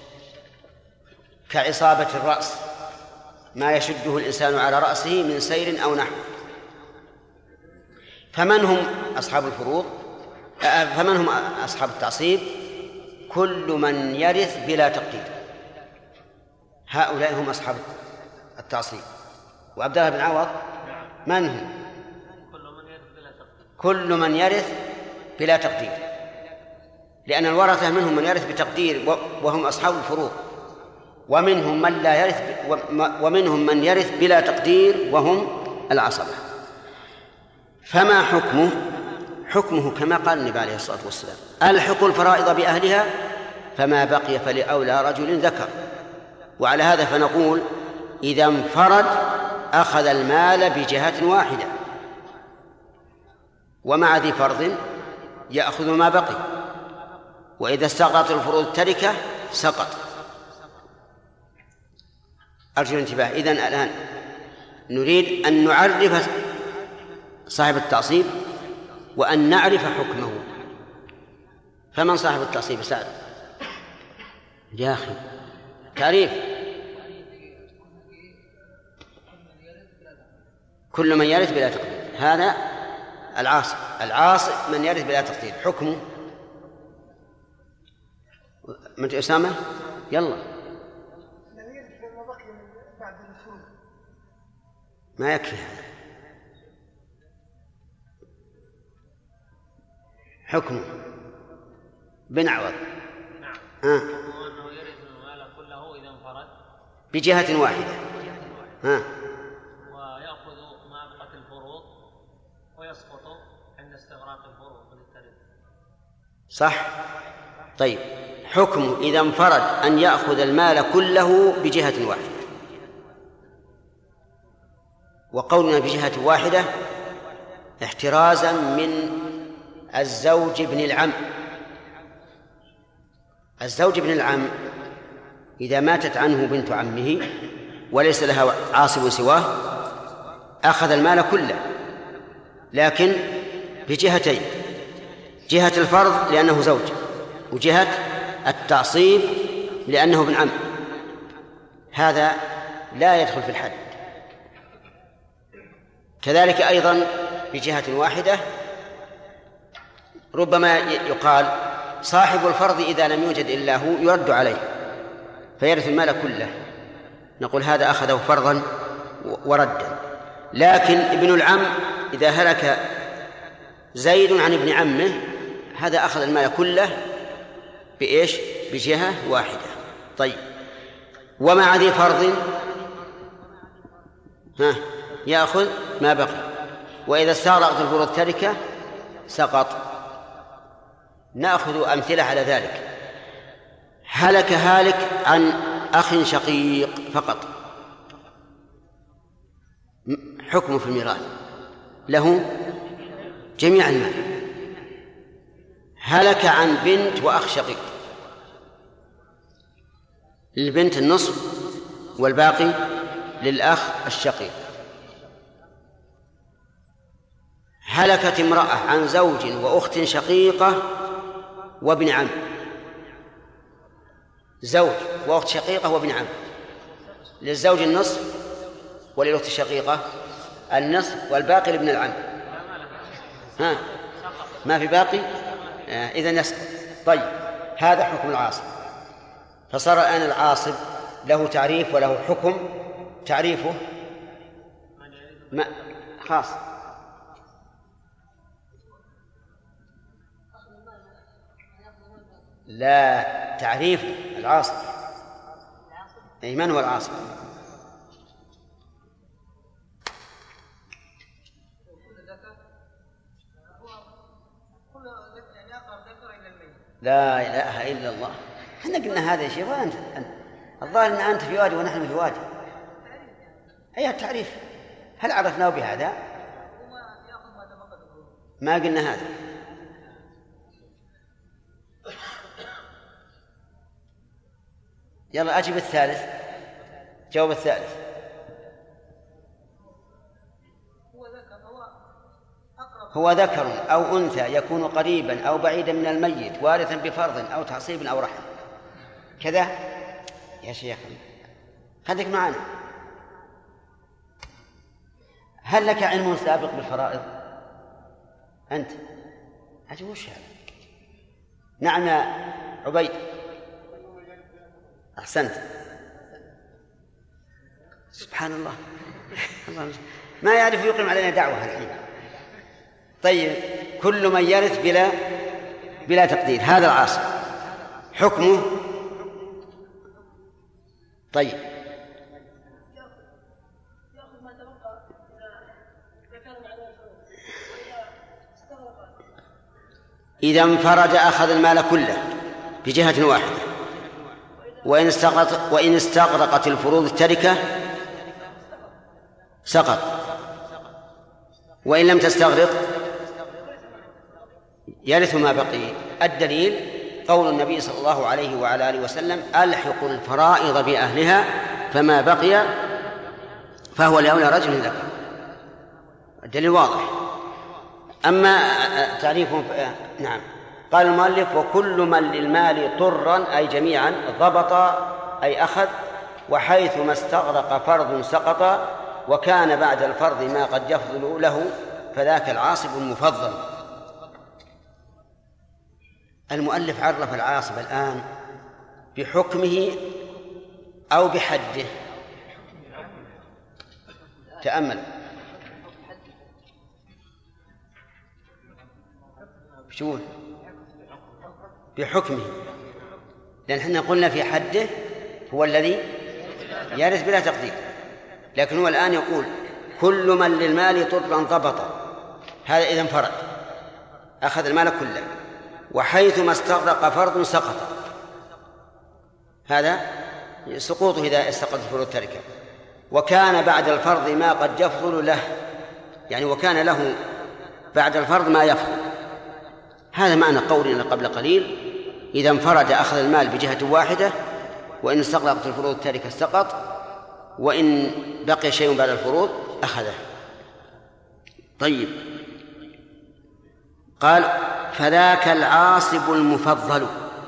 كعصابة الرأس، ما يشده الإنسان على رأسه من سير أو نحو. فمن هم أصحاب الفروض؟ فمن هم أصحاب التعصيب؟ كل من يرث بلا تقدير، هؤلاء هم أصحاب التعصيب. وعبد الله بن عوض من هم؟ كل من يرث بلا تقدير، لأن الورثة منهم من يرث بتقدير وهم أصحاب الفروض، ومنهم من لا يرث ومنهم من يرث بلا تقدير وهم العصبة. فما حكمه؟ حكمه كما قال النبي عليه الصلاة والسلام: ألحقوا الفرائض بأهلها فما بقي فلأولى رجل ذكر. وعلى هذا فنقول إذا انفرد أخذ المال بجهة واحدة، ومع ذي فرض يأخذ ما بقي، وإذا استغرقت الفروض التركة سقط. أرجو الانتباه. إذن الآن نريد أن نعرف صاحب التعصيب وأن نعرف حكمه. فمن صاحب التعصيب سعد؟ يا أخي تعريف. كل من يرث بلا تقدير، هذا العاصب من يرث بلا تقدير. حكمه من أسامة؟ يلا. ما يكفي هذا. حكمه بن عوض. نعم. أنه يرث المال كله إذا انفرد بجهة واحدة. ويأخذ ما بقت الفروض ويسقط عند استغراق الفروض للتركة. صح. طيب، حكمه إذا انفرد أن يأخذ المال كله بجهة واحدة. وقولنا بجهة واحدة احترازا من الزوج ابن العم. الزوج ابن العم إذا ماتت عنه بنت عمه وليس لها عاصب سواه أخذ المال كله، لكن بجهتين: جهة الفرض لأنه زوج، وجهة التعصيب لأنه ابن عم. هذا لا يدخل في الحد. كذلك أيضا بجهة واحدة ربما يقال صاحب الفرض إذا لم يوجد إلا هو يرد عليه فيرث المال كله، نقول هذا أخذه فرضا وردا. لكن ابن العم إذا هلك زيد عن ابن عمه هذا أخذ المال كله بإيش؟ بجهة واحدة. طيب، ومع ذي فرض يأخذ ما بقي، وإذا استغرقت الفروض التركة سقط. نأخذ أمثلة على ذلك. هلك هالك عن أخ شقيق فقط، حكمه في الميراث له جميع المال. هلك عن بنت وأخ شقيق، للبنت النصف والباقي للأخ الشقيق. هلكت امرأة عن زوج وأخت شقيقة وابن عم، زوج وأخت شقيقة وابن عم، للزوج النصف وللأخت الشقيقة النصف والباقي لابن العم. ما في باقي؟ إذن يسقط. طيب، هذا حكم العاصب. فصار الآن العاصب له تعريف وله حكم. تعريفه ما خاص. لا، تعريف العاصب. أي من هو العاصب؟ لا إله إلا الله. احنا قلنا هذا الشيء وأنت الظاهر أن أنت في وادي ونحن في وادي. أي التعريف؟ هل عرفناه بهذا؟ ما قلنا هذا. يلا أجب الثالث. جواب الثالث. هو ذكر أو أنثى يكون قريبا أو بعيدا من الميت وارثا بفرض أو تعصيب أو رحم. كذا يا شيخ خليك معنا. هل لك علم سابق بالفرائض أنت؟ أجل وش هذا؟ نعم يا عبيد أحسنت. سبحان الله ما يعرف يقيم علينا دعوة الحين. طيب كل من يرث بلا تقدير هذا العاصب حكمه. طيب إذا انفرد أخذ المال كله بجهة واحدة، وإن استغرقت الفروض التركة سقط، وإن لم تستغرق يرث ما بقي. الدليل قول النبي صلى الله عليه وعلى آله وسلم: ألحقوا الفرائض بأهلها فما بقي فهو لأولى رجل ذكر. الدليل واضح. أما تعريفهم نعم قال المؤلف: وكل من للمال طرا أي جميعا ضبط أي أخذ، وحيث ما استغرق فرض سقط، وكان بعد الفرض ما قد يفضل له فذاك العاصب المفضل. المؤلف عرف العاصب الآن بحكمه أو بحده. تأمل شو بحكمه، لأن احنا قلنا في حده هو الذي يرث بلا تقدير، لكن هو الآن يقول كل من للمال طرا ضبط، هذا إذا انفرد أخذ المال كله، وحيث ما استغرق فرض سقط، هذا سقوطه إذا استقرت الفروض التركة. وكان بعد الفرض ما قد يفضل له، يعني وكان له بعد الفرض ما يفضل. هذا معنى قولنا قبل قليل: إذا انفرد أخذ المال بجهة واحدة، وإن استغرقت الفروض التركة سقط، وإن بقي شيء بعد الفروض أخذه. طيب قال: فذاك العاصب المفضل.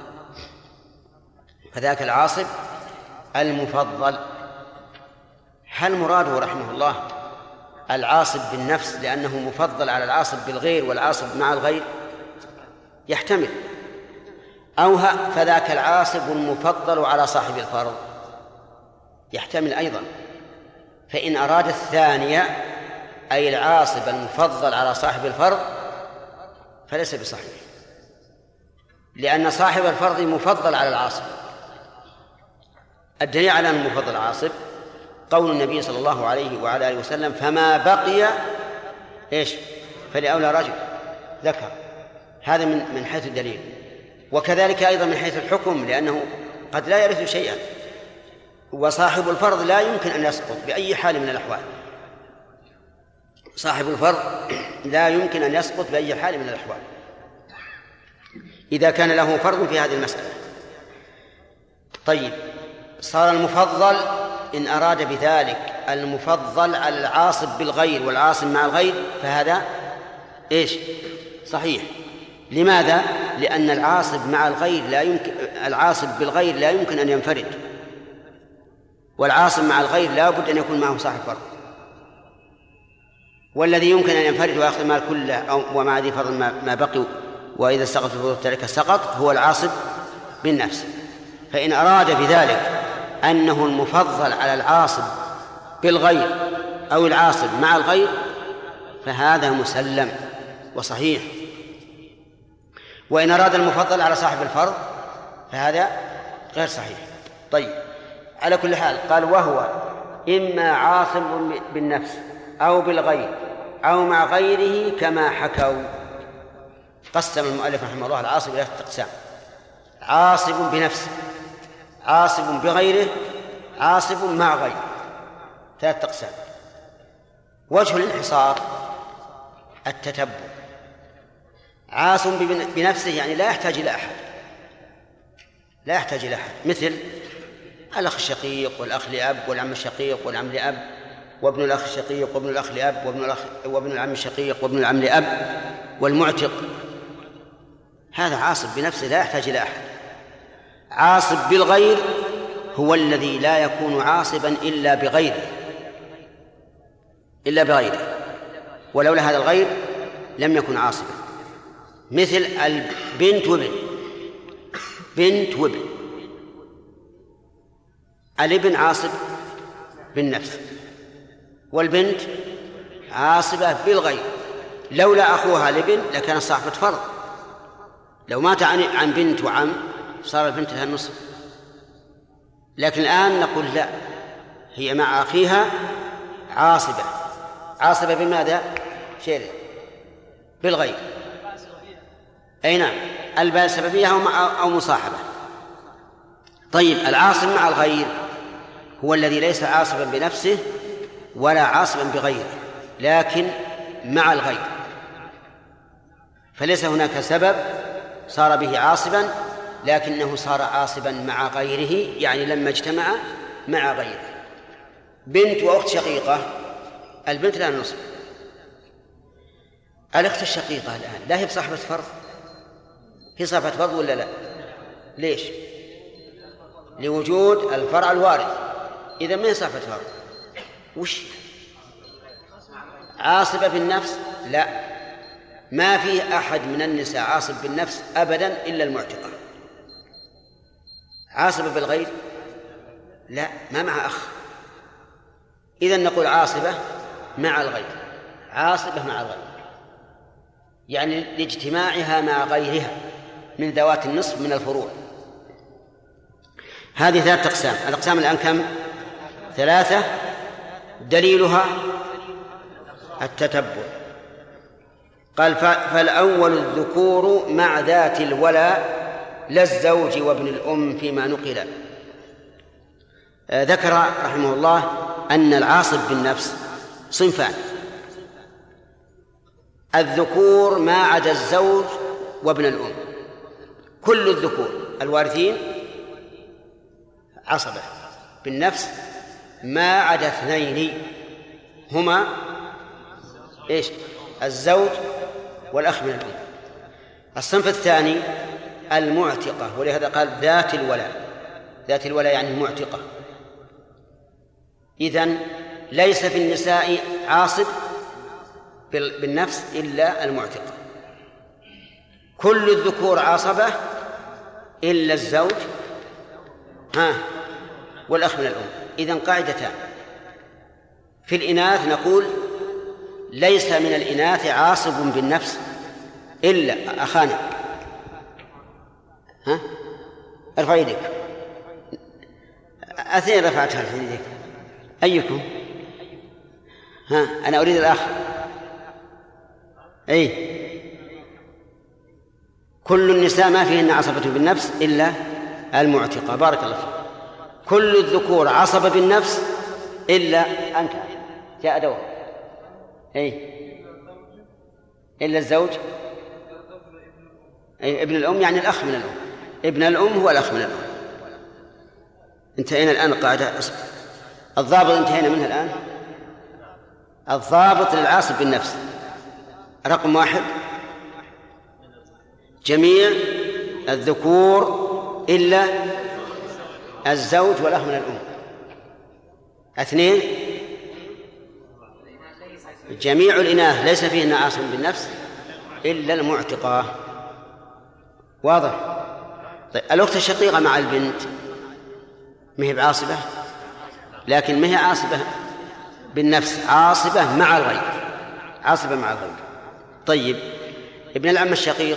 فذاك العاصب المفضل، هل مراده رحمه الله العاصب بالنفس لأنه مفضل على العاصب بالغير والعاصب مع الغير؟ يحتمل. أو فذاك العاصب المفضل على صاحب الفرض، يحتمل أيضا. فإن أراد الثانية أي العاصب المفضل على صاحب الفرض فليس بصحيح، لأن صاحب الفرض مفضل على العاصب. الدليل على أن المفضل عاصب قول النبي صلى الله عليه وعلى آله وسلم: فما بقي إيش فلأولى رجل ذكر. هذا من حيث الدليل، وكذلك أيضا من حيث الحكم، لأنه قد لا يرث شيئا، وصاحب الفرض لا يمكن أن يسقط بأي حال من الأحوال. صاحب الفرض لا يمكن أن يسقط بأي حال من الأحوال إذا كان له فرض في هذه المسألة. طيب صار المفضل إن أراد بذلك المفضل على العاصب بالغير والعاصب مع الغير فهذا إيش صحيح. لماذا؟ لأن العاصب مع الغير لا يمكن، العاصب بالغير لا يمكن أن ينفرد، والعاصب مع الغير لا بد أن يكون معه صاحب فرض. والذي يمكن أن ينفرد ويأخذ المال كله أو ومع ذي فرض ما بقي، وإذا سقط الفروض التركة سقط، هو العاصب بالنفس. فإن أراد بذلك أنه المفضل على العاصب بالغير أو العاصب مع الغير فهذا مسلم وصحيح. وإن أراد المفضل على صاحب الفرض فهذا غير صحيح. طيب على كل حال قال: وهو إما عاصب بالنفس أو بالغير أو مع غيره كما حكوا. قسم المؤلف رحمه الله العاصب إلى 3 أقسام: عاصب بنفسه، عاصب بغيره، عاصب مع غيره. 3 أقسام. وجه الانحصار التتبع. عاصب بنفسه يعني لا يحتاج إلى أحد، لا يحتاج إلى أحد، مثل الأخ الشقيق والأخ لأب والعم الشقيق والعم لأب وابن الأخ الشقيق وابن الأخ لأب وابن العم الشقيق وابن العم لأب والمعتق، هذا عاصب بنفسه لا يحتاج إلى أحد. عاصب بالغير هو الذي لا يكون عاصبا إلا بغيره ولولا هذا الغير لم يكن عاصبا، مثل البنت وابن. الابن عاصب بالنفس والبنت عاصبة بالغير، لولا أخوها الابن لكان صاحبة فرض، لو مات عن بنت وعم صار البنت لها النصف، لكن الآن نقول لا، هي مع أخيها عاصبة بماذا؟ بالغير. أي نعم، الباء سببية أو مصاحبة. طيب العاصب مع الغير هو الذي ليس عاصبا بنفسه ولا عاصبا بغيره، لكن مع الغير، فليس هناك سبب صار به عاصبا، لكنه صار عاصبا مع غيره، يعني لما اجتمع مع غيره. بنت وأخت شقيقة، البنت لها النصف. الأخت الشقيقة الآن لا هي بصاحبة فرض؟ هي صاحبة فرض ولا لا؟ ليش؟ لوجود الفرع الوارث، إذا ما هي صاحبة فرض. وش عاصبة بالنفس؟ لا، ما في أحد من النساء عاصب بالنفس أبدا إلا المعتقة. عاصبة بالغير؟ لا، ما مع أخ. إذن نقول عاصبة مع الغير، عاصبة مع الغير، يعني لاجتماعها مع غيرها من ذوات النصف من الفروع. هذه 3 أقسام. الأقسام الآن كم؟ 3. دليلها التتبع. قال فالأول الذكور مع ذات الولاء لا الزوج وابن الأم فيما نقل. ذكر رحمه الله أن العاصب بالنفس صنفان: الذكور ما عدا الزوج وابن الأم، كل الذكور الوارثين عصبة بالنفس ما عدا 2 هما إيش؟ الزوج والأخ من الأم. الصنف الثاني المعتقة، ولهذا قال ذات الولاء. ذات الولاء يعني المعتقة. إذن ليس في النساء عاصب بالنفس إلا المعتقة. كل الذكور عاصبة إلا الزوج والأخ من الأم. إذن قاعدتان. في الإناث نقول ليس من الإناث عاصب بالنفس إلا أخانا. ارفع يدك. 2 رفعتها في يدك. أيكم؟ أنا أريد الآخر. أي كل النساء ما فيهن عصبة بالنفس إلا المعتقة. بارك الله فيك. كل الذكور عصبة بالنفس إلا أنت، جاء دور. أي إلا الزوج، أي ابن الأم يعني الأخ من الأم. ابن الأم هو الأخ من الأم. انتهينا الآن القاعدة. الضابط انتهينا منها الآن. الضابط للعاصب بالنفس رقم 1: جميع الذكور إلا الزوج والأخ من الأم. 2: جميع الإناث ليس فيهن عاصب بالنفس إلا المعتقة. واضح؟ طيب الأخت الشقيقة مع البنت ما هي بعاصبة، لكن ما هي عاصبة بالنفس، عاصبة مع الغير. عاصبة مع الغير. طيب ابن العم الشقيق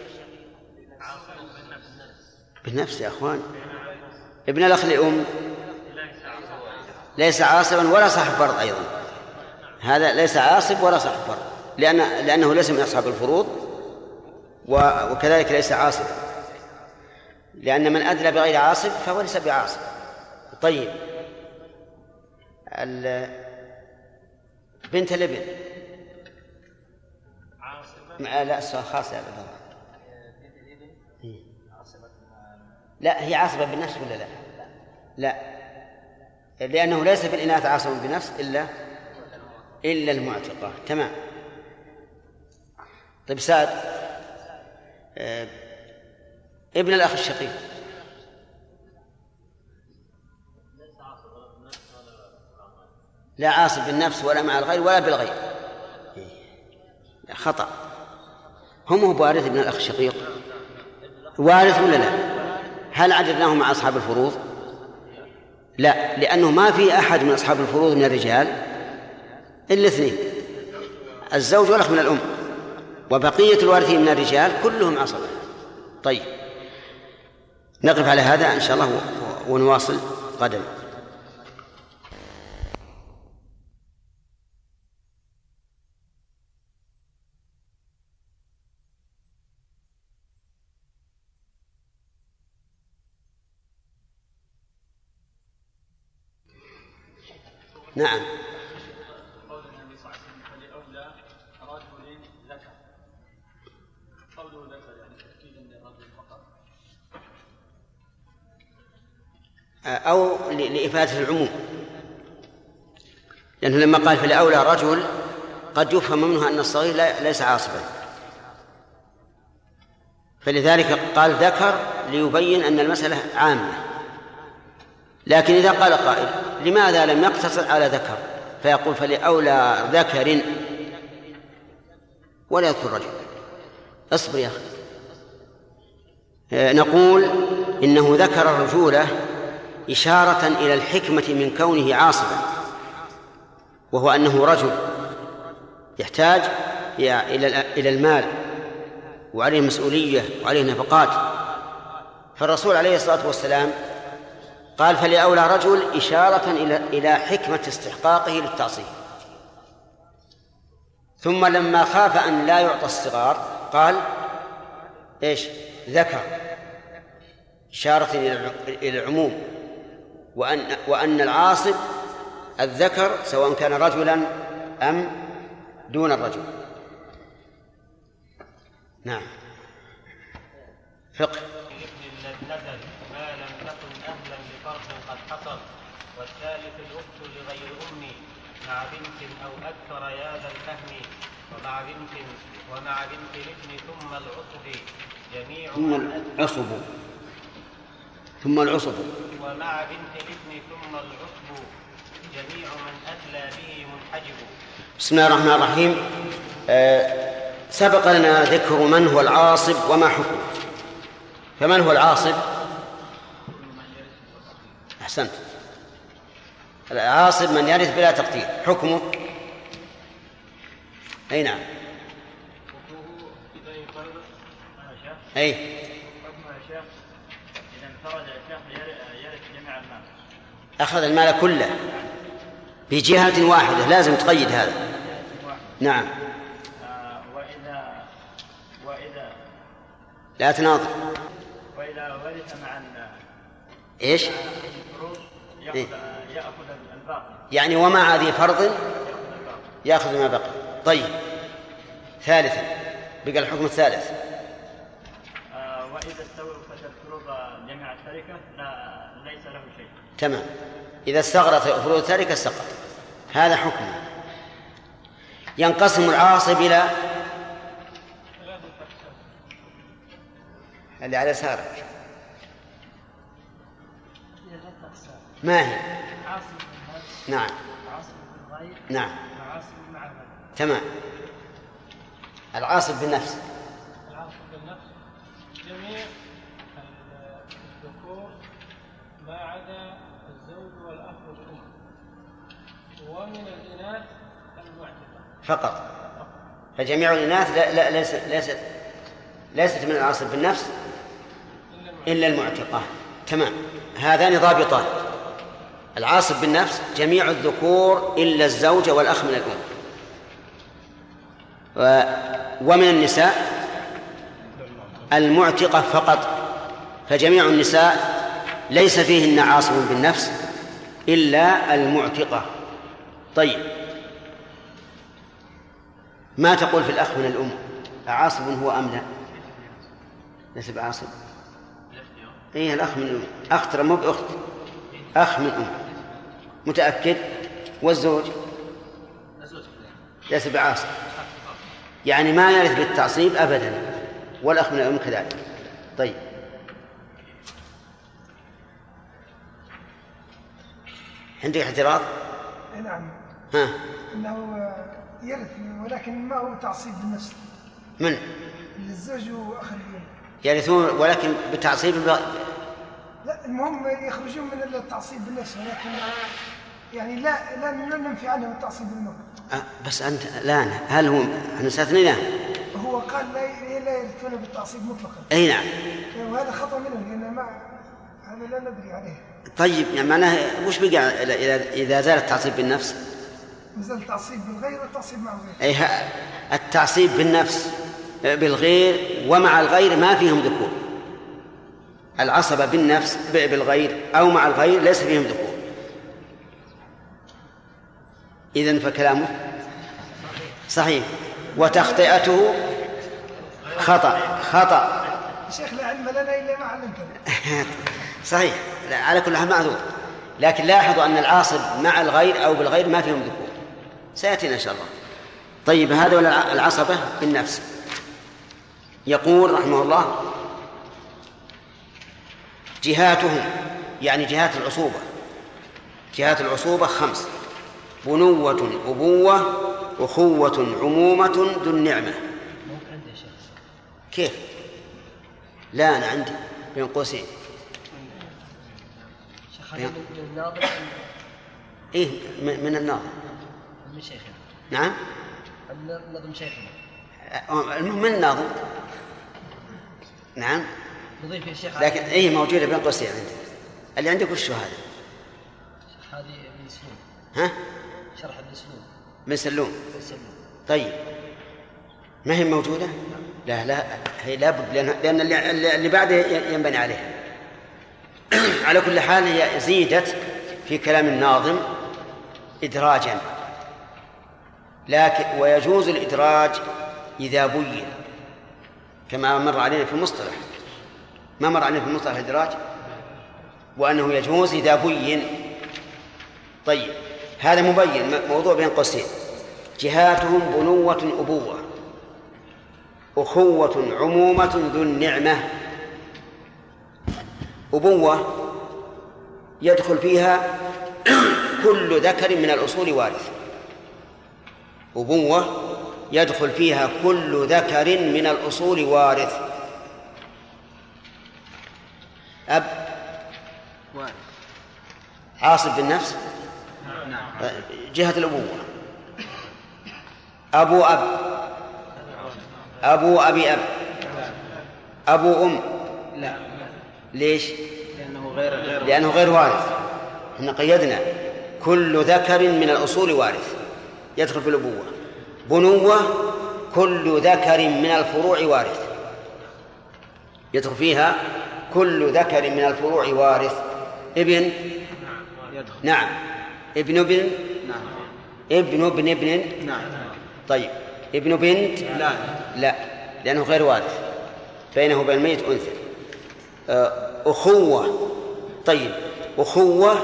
بالنفس يا أخوان. ابن الأخ لأم ليس عاصبا ولا صاحب فرض أيضا. هذا ليس عاصب ولا صاحب فرض لأنه ليس من أصحاب الفروض، وكذلك ليس عاصب، لأن من أدلى بغير عاصب فهو ليس بعاصب. طيب بنت الابن لا السؤال خاص يا عبد الله. لا هي عاصبة بالنفس ولا لا؟ لا، لأنه ليس في الإناث عاصب بنفس إلا المعتقة. تمام. طيب سعد، ابن الأخ الشقيق لا عاصب بالنفس ولا مع الغير ولا بالغير، خطأ. هم هو وارث ابن الأخ الشقيق وارث ولا لا؟ هل عددناه مع أصحاب الفروض؟ لا، لأنه ما في أحد من أصحاب الفروض من الرجال إلا اثنين، الزوج والأخ من الأم، وبقية الوارثين من الرجال كلهم عصبة. طيب نقف على هذا إن شاء الله ونواصل غدا. نعم. قول النبي صلى الله عليه وسلم فلأولى رجل ذكر، قوله ذكر يعني تأكيدا للرجل فقط أو لإفادة العموم، لأنه لما قال فلأولى رجل قد يفهم منها أن الصغير ليس عاصبا، فلذلك قال ذكر ليبين أن المسألة عامة. لكن إذا قال قائل لماذا لم يقتصر على ذكر فيقول فلأولى ذكر ولا يذكر رجل؟ اصبر يا أخي. نقول إنه ذكر الرجولة إشارة إلى الحكمة من كونه عاصبا، وهو أنه رجل يحتاج إلى المال وعليه مسؤولية وعليه نفقات، فالرسول عليه الصلاة والسلام قال فلأولى رجل إشارة إلى حكمة استحقاقه للتعصيب. ثم لما خاف أن لا يعطى الصغار قال إيش؟ ذكر، إشارة إلى العموم، وأن العاصب الذكر سواء كان رجلا أم دون الرجل. نعم. فقه. نزل ما لم تكن أهلا لفرض قد حصل، والثالث الأخت لغير أمي مع بنت أو أكثر يا ذا الفهم، ومع بنت الابن ثم العصب جميع ثم العصب ومع بنت الابن ثم العصب جميع من أدلى به منحجب. بسم الله الرحمن الرحيم. سبق لنا ذكر من هو العاصب وما حكمه. فمن هو العاصب؟ أحسنت، العاصب من يرث بلا تقدير. حكمه أي نعم أي إذا انفرد الشيخ يرث جميع المال، أخذ المال كله بجهة واحدة، لازم تقيد هذا. نعم. وإذا لا تناظر. وإذا ورث مع إيش؟ الفروض يأخذ الباقي، يعني ومع ذي فرض يأخذ ما بقي. طيب ثالثا بقى الحكم الثالث. وإذا استوفت الفروض جميع التركة ليس له شيء. تمام، إذا استغرت فروض التركة سقط. هذا حكمه. ينقسم العاصب إلى اللي على يسارك ما هي؟ عاصم بالنفس، نعم عاصم بالغير، نعم عاصم مع من. تمام. العاصب بالنفس العاصم بالنفس جميع الذكور ما عدا الزوج والأخ والأم، ومن الإناث المعتقة فقط. فجميع الإناث ليست من العاصب بالنفس إلا المعتقة. تمام. هذان ضابطان: العاصب بالنفس جميع الذكور إلا الزوج والأخ من الأم، ومن النساء المعتقة فقط. فجميع النساء ليس فيهن عاصب بالنفس إلا المعتقة. طيب ما تقول في الأخ من الأم؟ عاصب هو أم لا؟ ليس بعاصب. إيه الأخ من الأم أخت، مو بأخت، أخ من أم. متأكد؟ والزوج ليس بعاصب، يعني ما يرث بالتعصيب أبدا، والأخ من الأم كذلك. طيب، عندك اعتراض؟ نعم. ها؟ أنه يرث ولكن ما هو تعصيب بالنفس. من؟ للزوج وأخ الأم يرثون ولكن بالتعصيب لا، المهم يخرجون من التعصيب بالنفس، ولكن يعني لا ننفي عنهم التعصيب بالنفس. بس أنت الآن هل هو نستثنينا؟ هو قال لا يرثون بالتعصيب مطلقا. أي نعم. وهذا خطأ منه، لأن هذا لا ندري عليه. طيب، يعني معناه وش بقى إذا زال التعصيب بالنفس؟ نزل التعصيب بالغير والتعصيب مع الغير. أي التعصيب بالنفس بالغير ومع الغير ما فيهم ذكور. العصبة بالنفس بالغير أو مع الغير ليس فيهم ذكور. إذن فكلامه صحيح، وتخطئته خطأ. شيخ لا علم لنا إلا ما علمتنا. صحيح، على كل حال معذور، لكن لاحظوا أن العاصب مع الغير أو بالغير ما فيهم ذكور، سيأتينا إن شاء الله. طيب، هذا ولا العصبة بالنفس. يقول رحمه الله: جهاتهم، يعني جهات العصوبة 5: بنوة، أبوة، أخوة، عمومة، ذو النعمة. كيف؟ لا، أنا عندي بين قوسين. من الناظر؟ إيه، من الناظر. من شيخنا. نعم. النظم شيخنا. المهم من الناظر. نعم. نضيف يا شيخ. لكن إيه موجودة بين قوسين عندي. اللي عندك وش هذا؟ هذه ابن سلوم. ها؟ شرح ابن سلوم. من سلوم. طيب، ما هي موجودة؟ لا، هي لابد، لأن اللي بعده ينبني عليها. على كل حال هي زيدت في كلام الناظم إدراجا، لكن ويجوز الإدراج إذا بين، كما مر علينا في المصطلح. ما مر علينا في المصطلح الإدراج، وأنه يجوز إذا بين. طيب، هذا مبين، موضوع بين قوسين: جهاتهم بنوة، أبوة، أخوة، عمومة، ذو النعمة. أبوة يدخل فيها كل ذكر من الأصول وارث. أبوة يدخل فيها كل ذكر من الأصول وارث. أب وارث عاصب بالنفس. نعم. جهة الأبوة أبو أب، أبو أبي أب، أبو أم. لا. ليش؟ لأنه غير وارث. احنا قيدنا كل ذكر من الأصول وارث، يدخل في الأبوة. بنوة كل ذكر من الفروع وارث، يدخل فيها كل ذكر من الفروع وارث. ابن نعم، ابن ابن نعم، ابن ابن ابن نعم. طيب، ابن بنت لا، لأنه غير وارث، بينه وبين الميت أنثى. أخوة. طيب، أخوة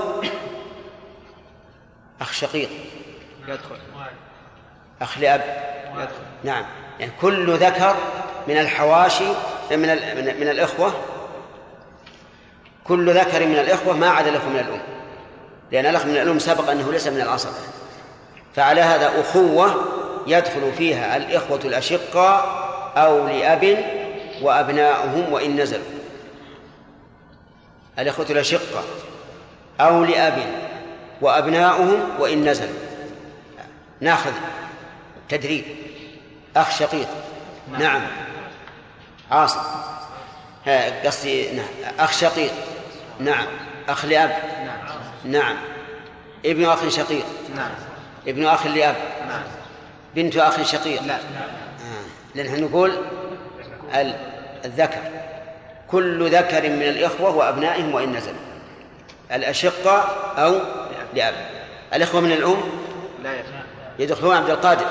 أخ شقيق يدخل، أخ لأب يدخل. نعم، يعني كل ذكر من الحواشي من الإخوة، كل ذكر من الإخوة ما عدا الأخ من الأم، لأن الأخ من الأم سبق أنه ليس من العصبة. فعلى هذا أخوة يدخل فيها الإخوة الأشقاء أو لأب وأبناؤهم وإن نزلوا. الإخوة الأشقاء أو لأب وأبناؤهم وإن نزلوا. ناخذ تدريب: أخ شقيق نعم عاصم، قصدي أخ شقيق نعم، أخ لأب نعم، ابن أخ شقيق نعم، ابن أخ لأب نعم، بنت أخ شقيق لا. لأنه نقول الذكر كل ذكر من الإخوة وأبنائهم وإن نزلوا، الأشقاء أو لأب. الإخوة من الأم لا يدخلون. عبد القادر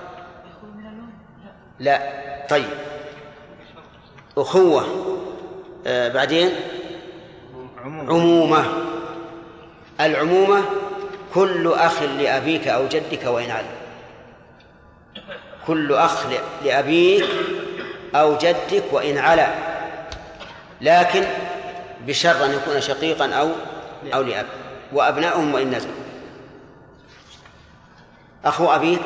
لا. طيب، أخوة بعدين عمومة. العمومة كل أخ لأبيك أو جدك وإن علم، كل أخ لأبيك أو جدك وإن علا، لكن بشرط أن يكون شقيقا أو لأب، وأبناؤهم وإن نزلوا. أخو أبيك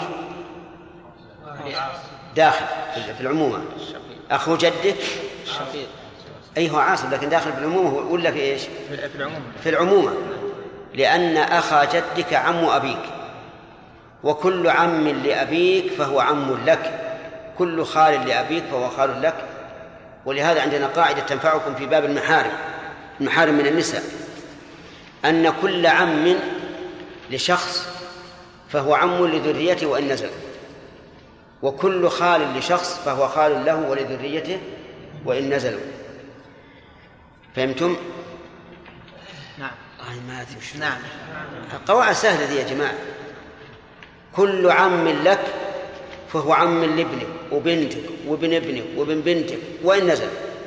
داخل في العمومة، أخو جدك شقيق أيها عاصب، لكن داخل في العمومة ولا في إيش؟ في العموم. في العمومة، لأن أخا جدك عم أبيك، وكل عم لأبيك فهو عم لك، كل خال لأبيك فهو خال لك. ولهذا عندنا قاعدة تنفعكم في باب المحارم من النساء، أن كل عم لشخص فهو عم لذريته وإن نزل، وكل خال لشخص فهو خال له ولذريته وإن نزلوا. فهمتم؟ نعم. ما أدري. نعم. قواعد سهلة دي يا جماعة. كل عم لك فهو عم لابنك وبنتك وابن ابنك وابن بنتك وإن نزل.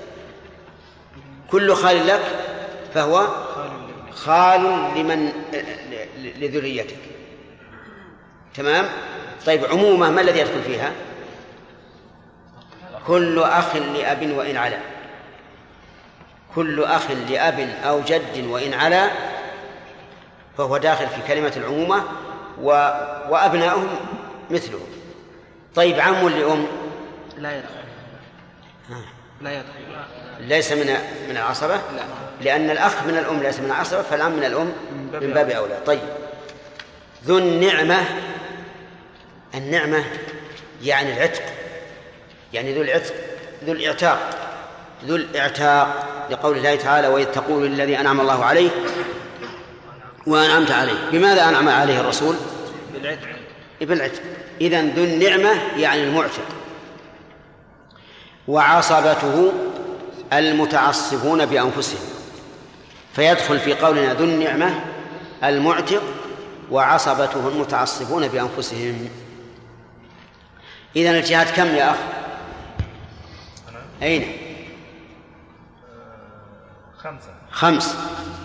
كل خال لك فهو خال لذريتك. تمام؟ طيب عمومة ما الذي يدخل فيها؟ كل أخ لأب وإن علا، كل أخ لأب أو جد وإن علا فهو داخل في كلمة العمومة، وأبناؤهم مثله. طيب عم لأم لا يدخل. لا يدخل. ليس من العصبة؟ لا. لأن الأخ من الأم ليس من العصبة، فالعم من الأم من باب أولى. طيب ذو النعمة، النعمة يعني العتق، يعني ذو العتق، ذو الإعتاق، لقول الله تعالى وإذ تقول للذي أنعم الله عليه وأنعمت عليه. بماذا أنعم عليه الرسول؟ بالعتق. إذن ذو النعمة يعني المعتق. وعصبته المتعصبون بأنفسهم، فيدخل في قولنا ذو النعمة المعتق وعصبته المتعصبون بأنفسهم. إذن الجهات كم يا أخ؟ أين؟ 5.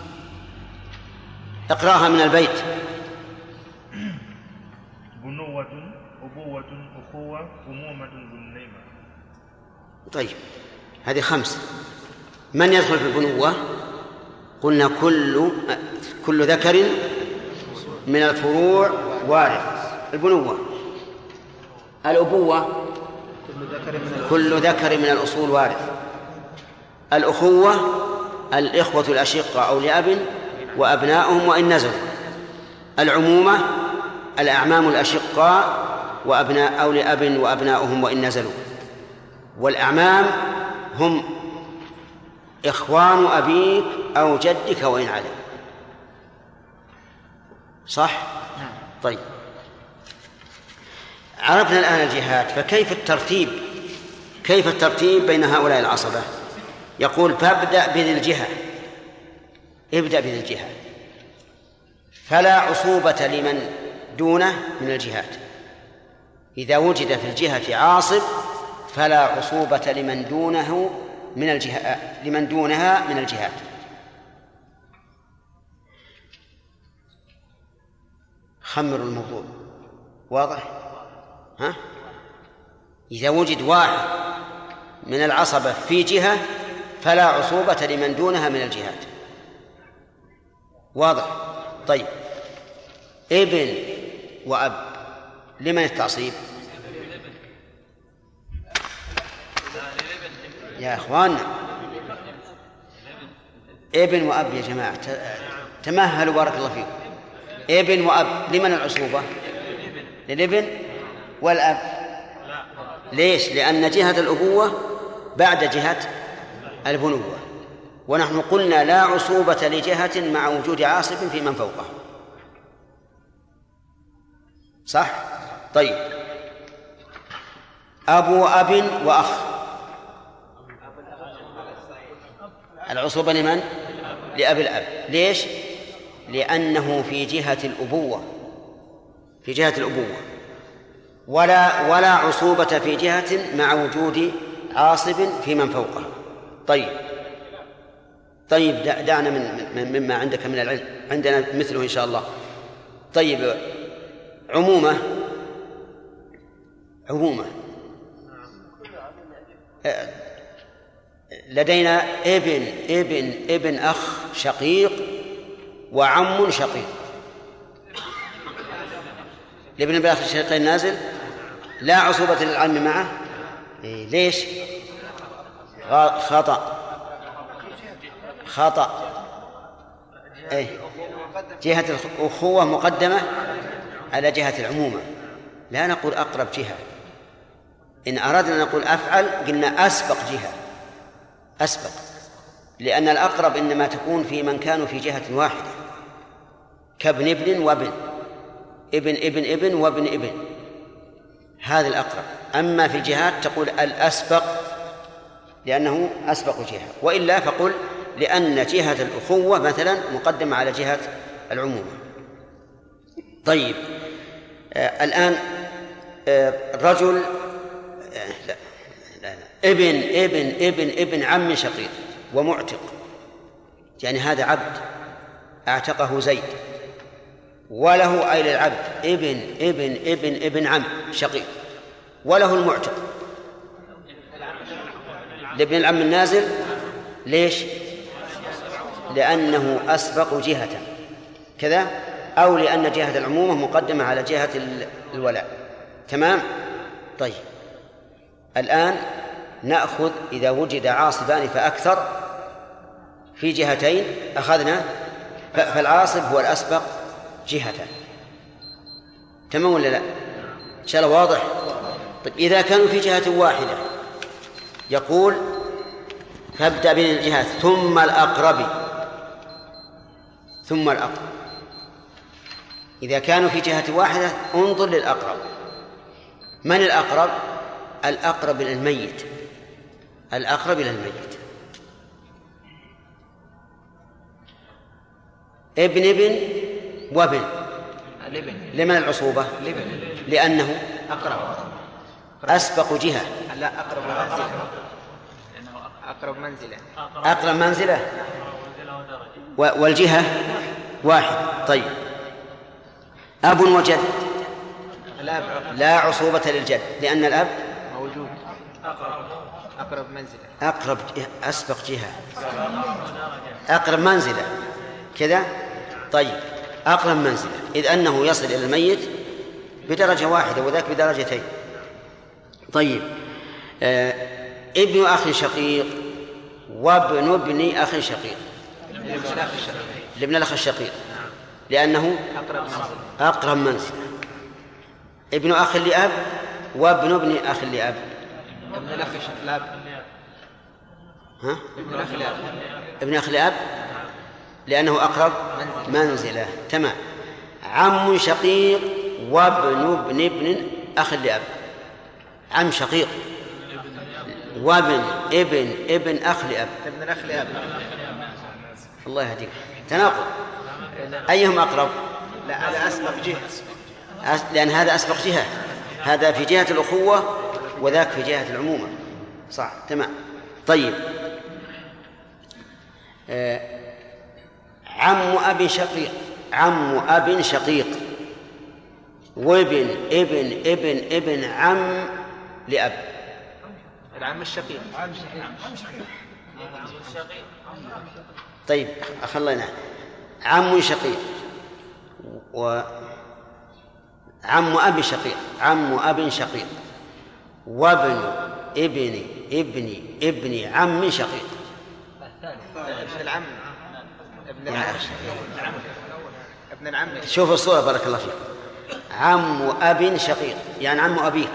اقرأها من البيت. بنوة، أبوة، أخوة، أمومة، ذو النعمة. طيب هذه 5. من يدخل في البنوة؟ قلنا كل ذكر من الفروع وارث. البنوة. الأبوة كل ذكر من الأصول وارث. الأخوة الإخوة الأشقة أو لأب وأبناؤهم وإن نزلوا. العمومة الأعمام الأشقاء وأبناء أو لأب وأبناؤهم وإن نزلوا. والأعمام هم إخوان أبيك أو جدك وإن علا. صح؟ طيب عرفنا الآن الجهات، فكيف الترتيب بين هؤلاء العصبة؟ يقول فابدأ بذي الجهة، ابدأ بذي الجهة، فلا عصوبة لمن دونه من الجهات. إذا وجد في الجهة عاصب فلا عصوبة لمن دونها من الجهات. خمروا الموضوع واضح؟ ها؟ إذا وجد واحد من العصبة في جهة فلا عصوبة لمن دونها من الجهات. واضح؟ طيب ابن وأب لمن التعصيب؟ يا إخواننا ابن وأب يا جماعة تمهلوا بارك الله فيكم. ابن وأب لمن العصوبة؟ للابن والأب. ليش؟ لأن جهة الأبوة بعد جهة البنوة، ونحن قلنا لا عصوبة لجهة مع وجود عاصب في من فوقه. صح؟ طيب أبو أب وأخ العصوبة لمن؟ لأب الأب. ليش؟ لأنه في جهة الأبوة، ولا عصوبة في جهة مع وجود عاصب في من فوقها. طيب طيب دعنا مما عندك من العلم، عندنا مثله إن شاء الله. طيب عمومة لدينا ابن أخ شقيق وعم شقيق. لابن الأخ الشقيق نازل لا عصوبة للعم معه. ليش؟ خطأ. جهة الأخوة مقدمة على جهة العمومة، لا نقول أقرب جهة. إن أردنا أن نقول أفعل قلنا أسبق جهة، أسبق، لأن الأقرب إنما تكون في من كانوا في جهة واحدة، كابن ابن وابن ابن وابن ابن، هذا الأقرب. أما في الجهات تقول الأسبق لأنه أسبق جهة، وإلا فقل لأن جهة الأخوة مثلا مقدمة على جهة العمومة. طيب الآن رجل ابن عم شقيق ومعتق، يعني هذا عبد اعتقه زيد، وله أي للعبد ابن عم شقيق، وله المعتق. لابن العم النازل ليش؟ لأنه أسبق جهة كذا، أو لأن جهة العمومة مقدمة على جهة الولاء. تمام؟ طيب الآن نأخذ إذا وجد عاصبان فأكثر في جهتين أخذنا، فالعاصب هو الأسبق جهة. تمام ولا لا؟ إن شاء الله واضح. طيب إذا كانوا في جهة واحدة يقول فابدأ بين الجهات ثم الأقرب. إذا كانوا في جهة واحدة انظر للأقرب. من الأقرب؟ الأقرب إلى الميت، الأقرب إلى الميت. ابن وابن لمن العصوبة؟ لأنه أسبق جهة. لا أقرب منزلة والجهة واحد. طيب أب وجد لا عصوبة للجد لأن الأب موجود. أسبق جهة، أقرب منزلة كذا. طيب أقرب منزلة إذ أنه يصل إلى الميت بدرجة واحدة وذاك بدرجتين. طيب ابن أخ شقيق وابن ابن أخ شقيق، لابن الأخ الشقيق لأنه أقرب منزلة. ابن أخ لأب وابن ابن أخ لأب، ابن أخ لأب لأنه أقرب منزلة. تمام. عم شقيق وابن ابن أخ لأب، عم شقيق وابن ابن أخ لأب، ابن الأخ لأب. الله يهديك. تناقض. أيهم أقرب؟ لا هذا أسبق جهة، لأن هذا أسبق جهة، هذا في جهة الأخوة وذاك في جهة العمومة. صح. تمام. طيب عم أب شقيق وابن ابن عم لأب، العم الشقيق. طيب خلينا عم شقيق وعم أب شقيق وابن ابن عم شقيق. ابن العم. شوف الصورة بارك الله فيك. عم أب شقيق يعني عم أبيك،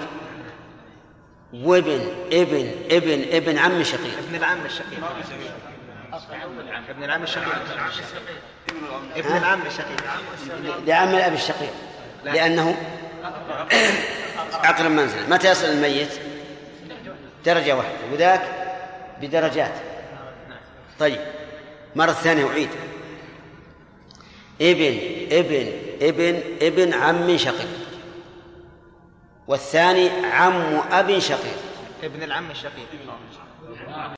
وابن ابن عم شقيق، ابن العم الشقيق، ابن العم الشقيق، ابن العم الشقيق لعم الأب الشقيق لأنه أقرب منزل. متى يصل الميت؟ درجة واحدة وذاك بدرجات. طيب مرة ثانية أعيد. ابن عم شقيق، والثاني عم أب شقيق، ابن العم الشقيق.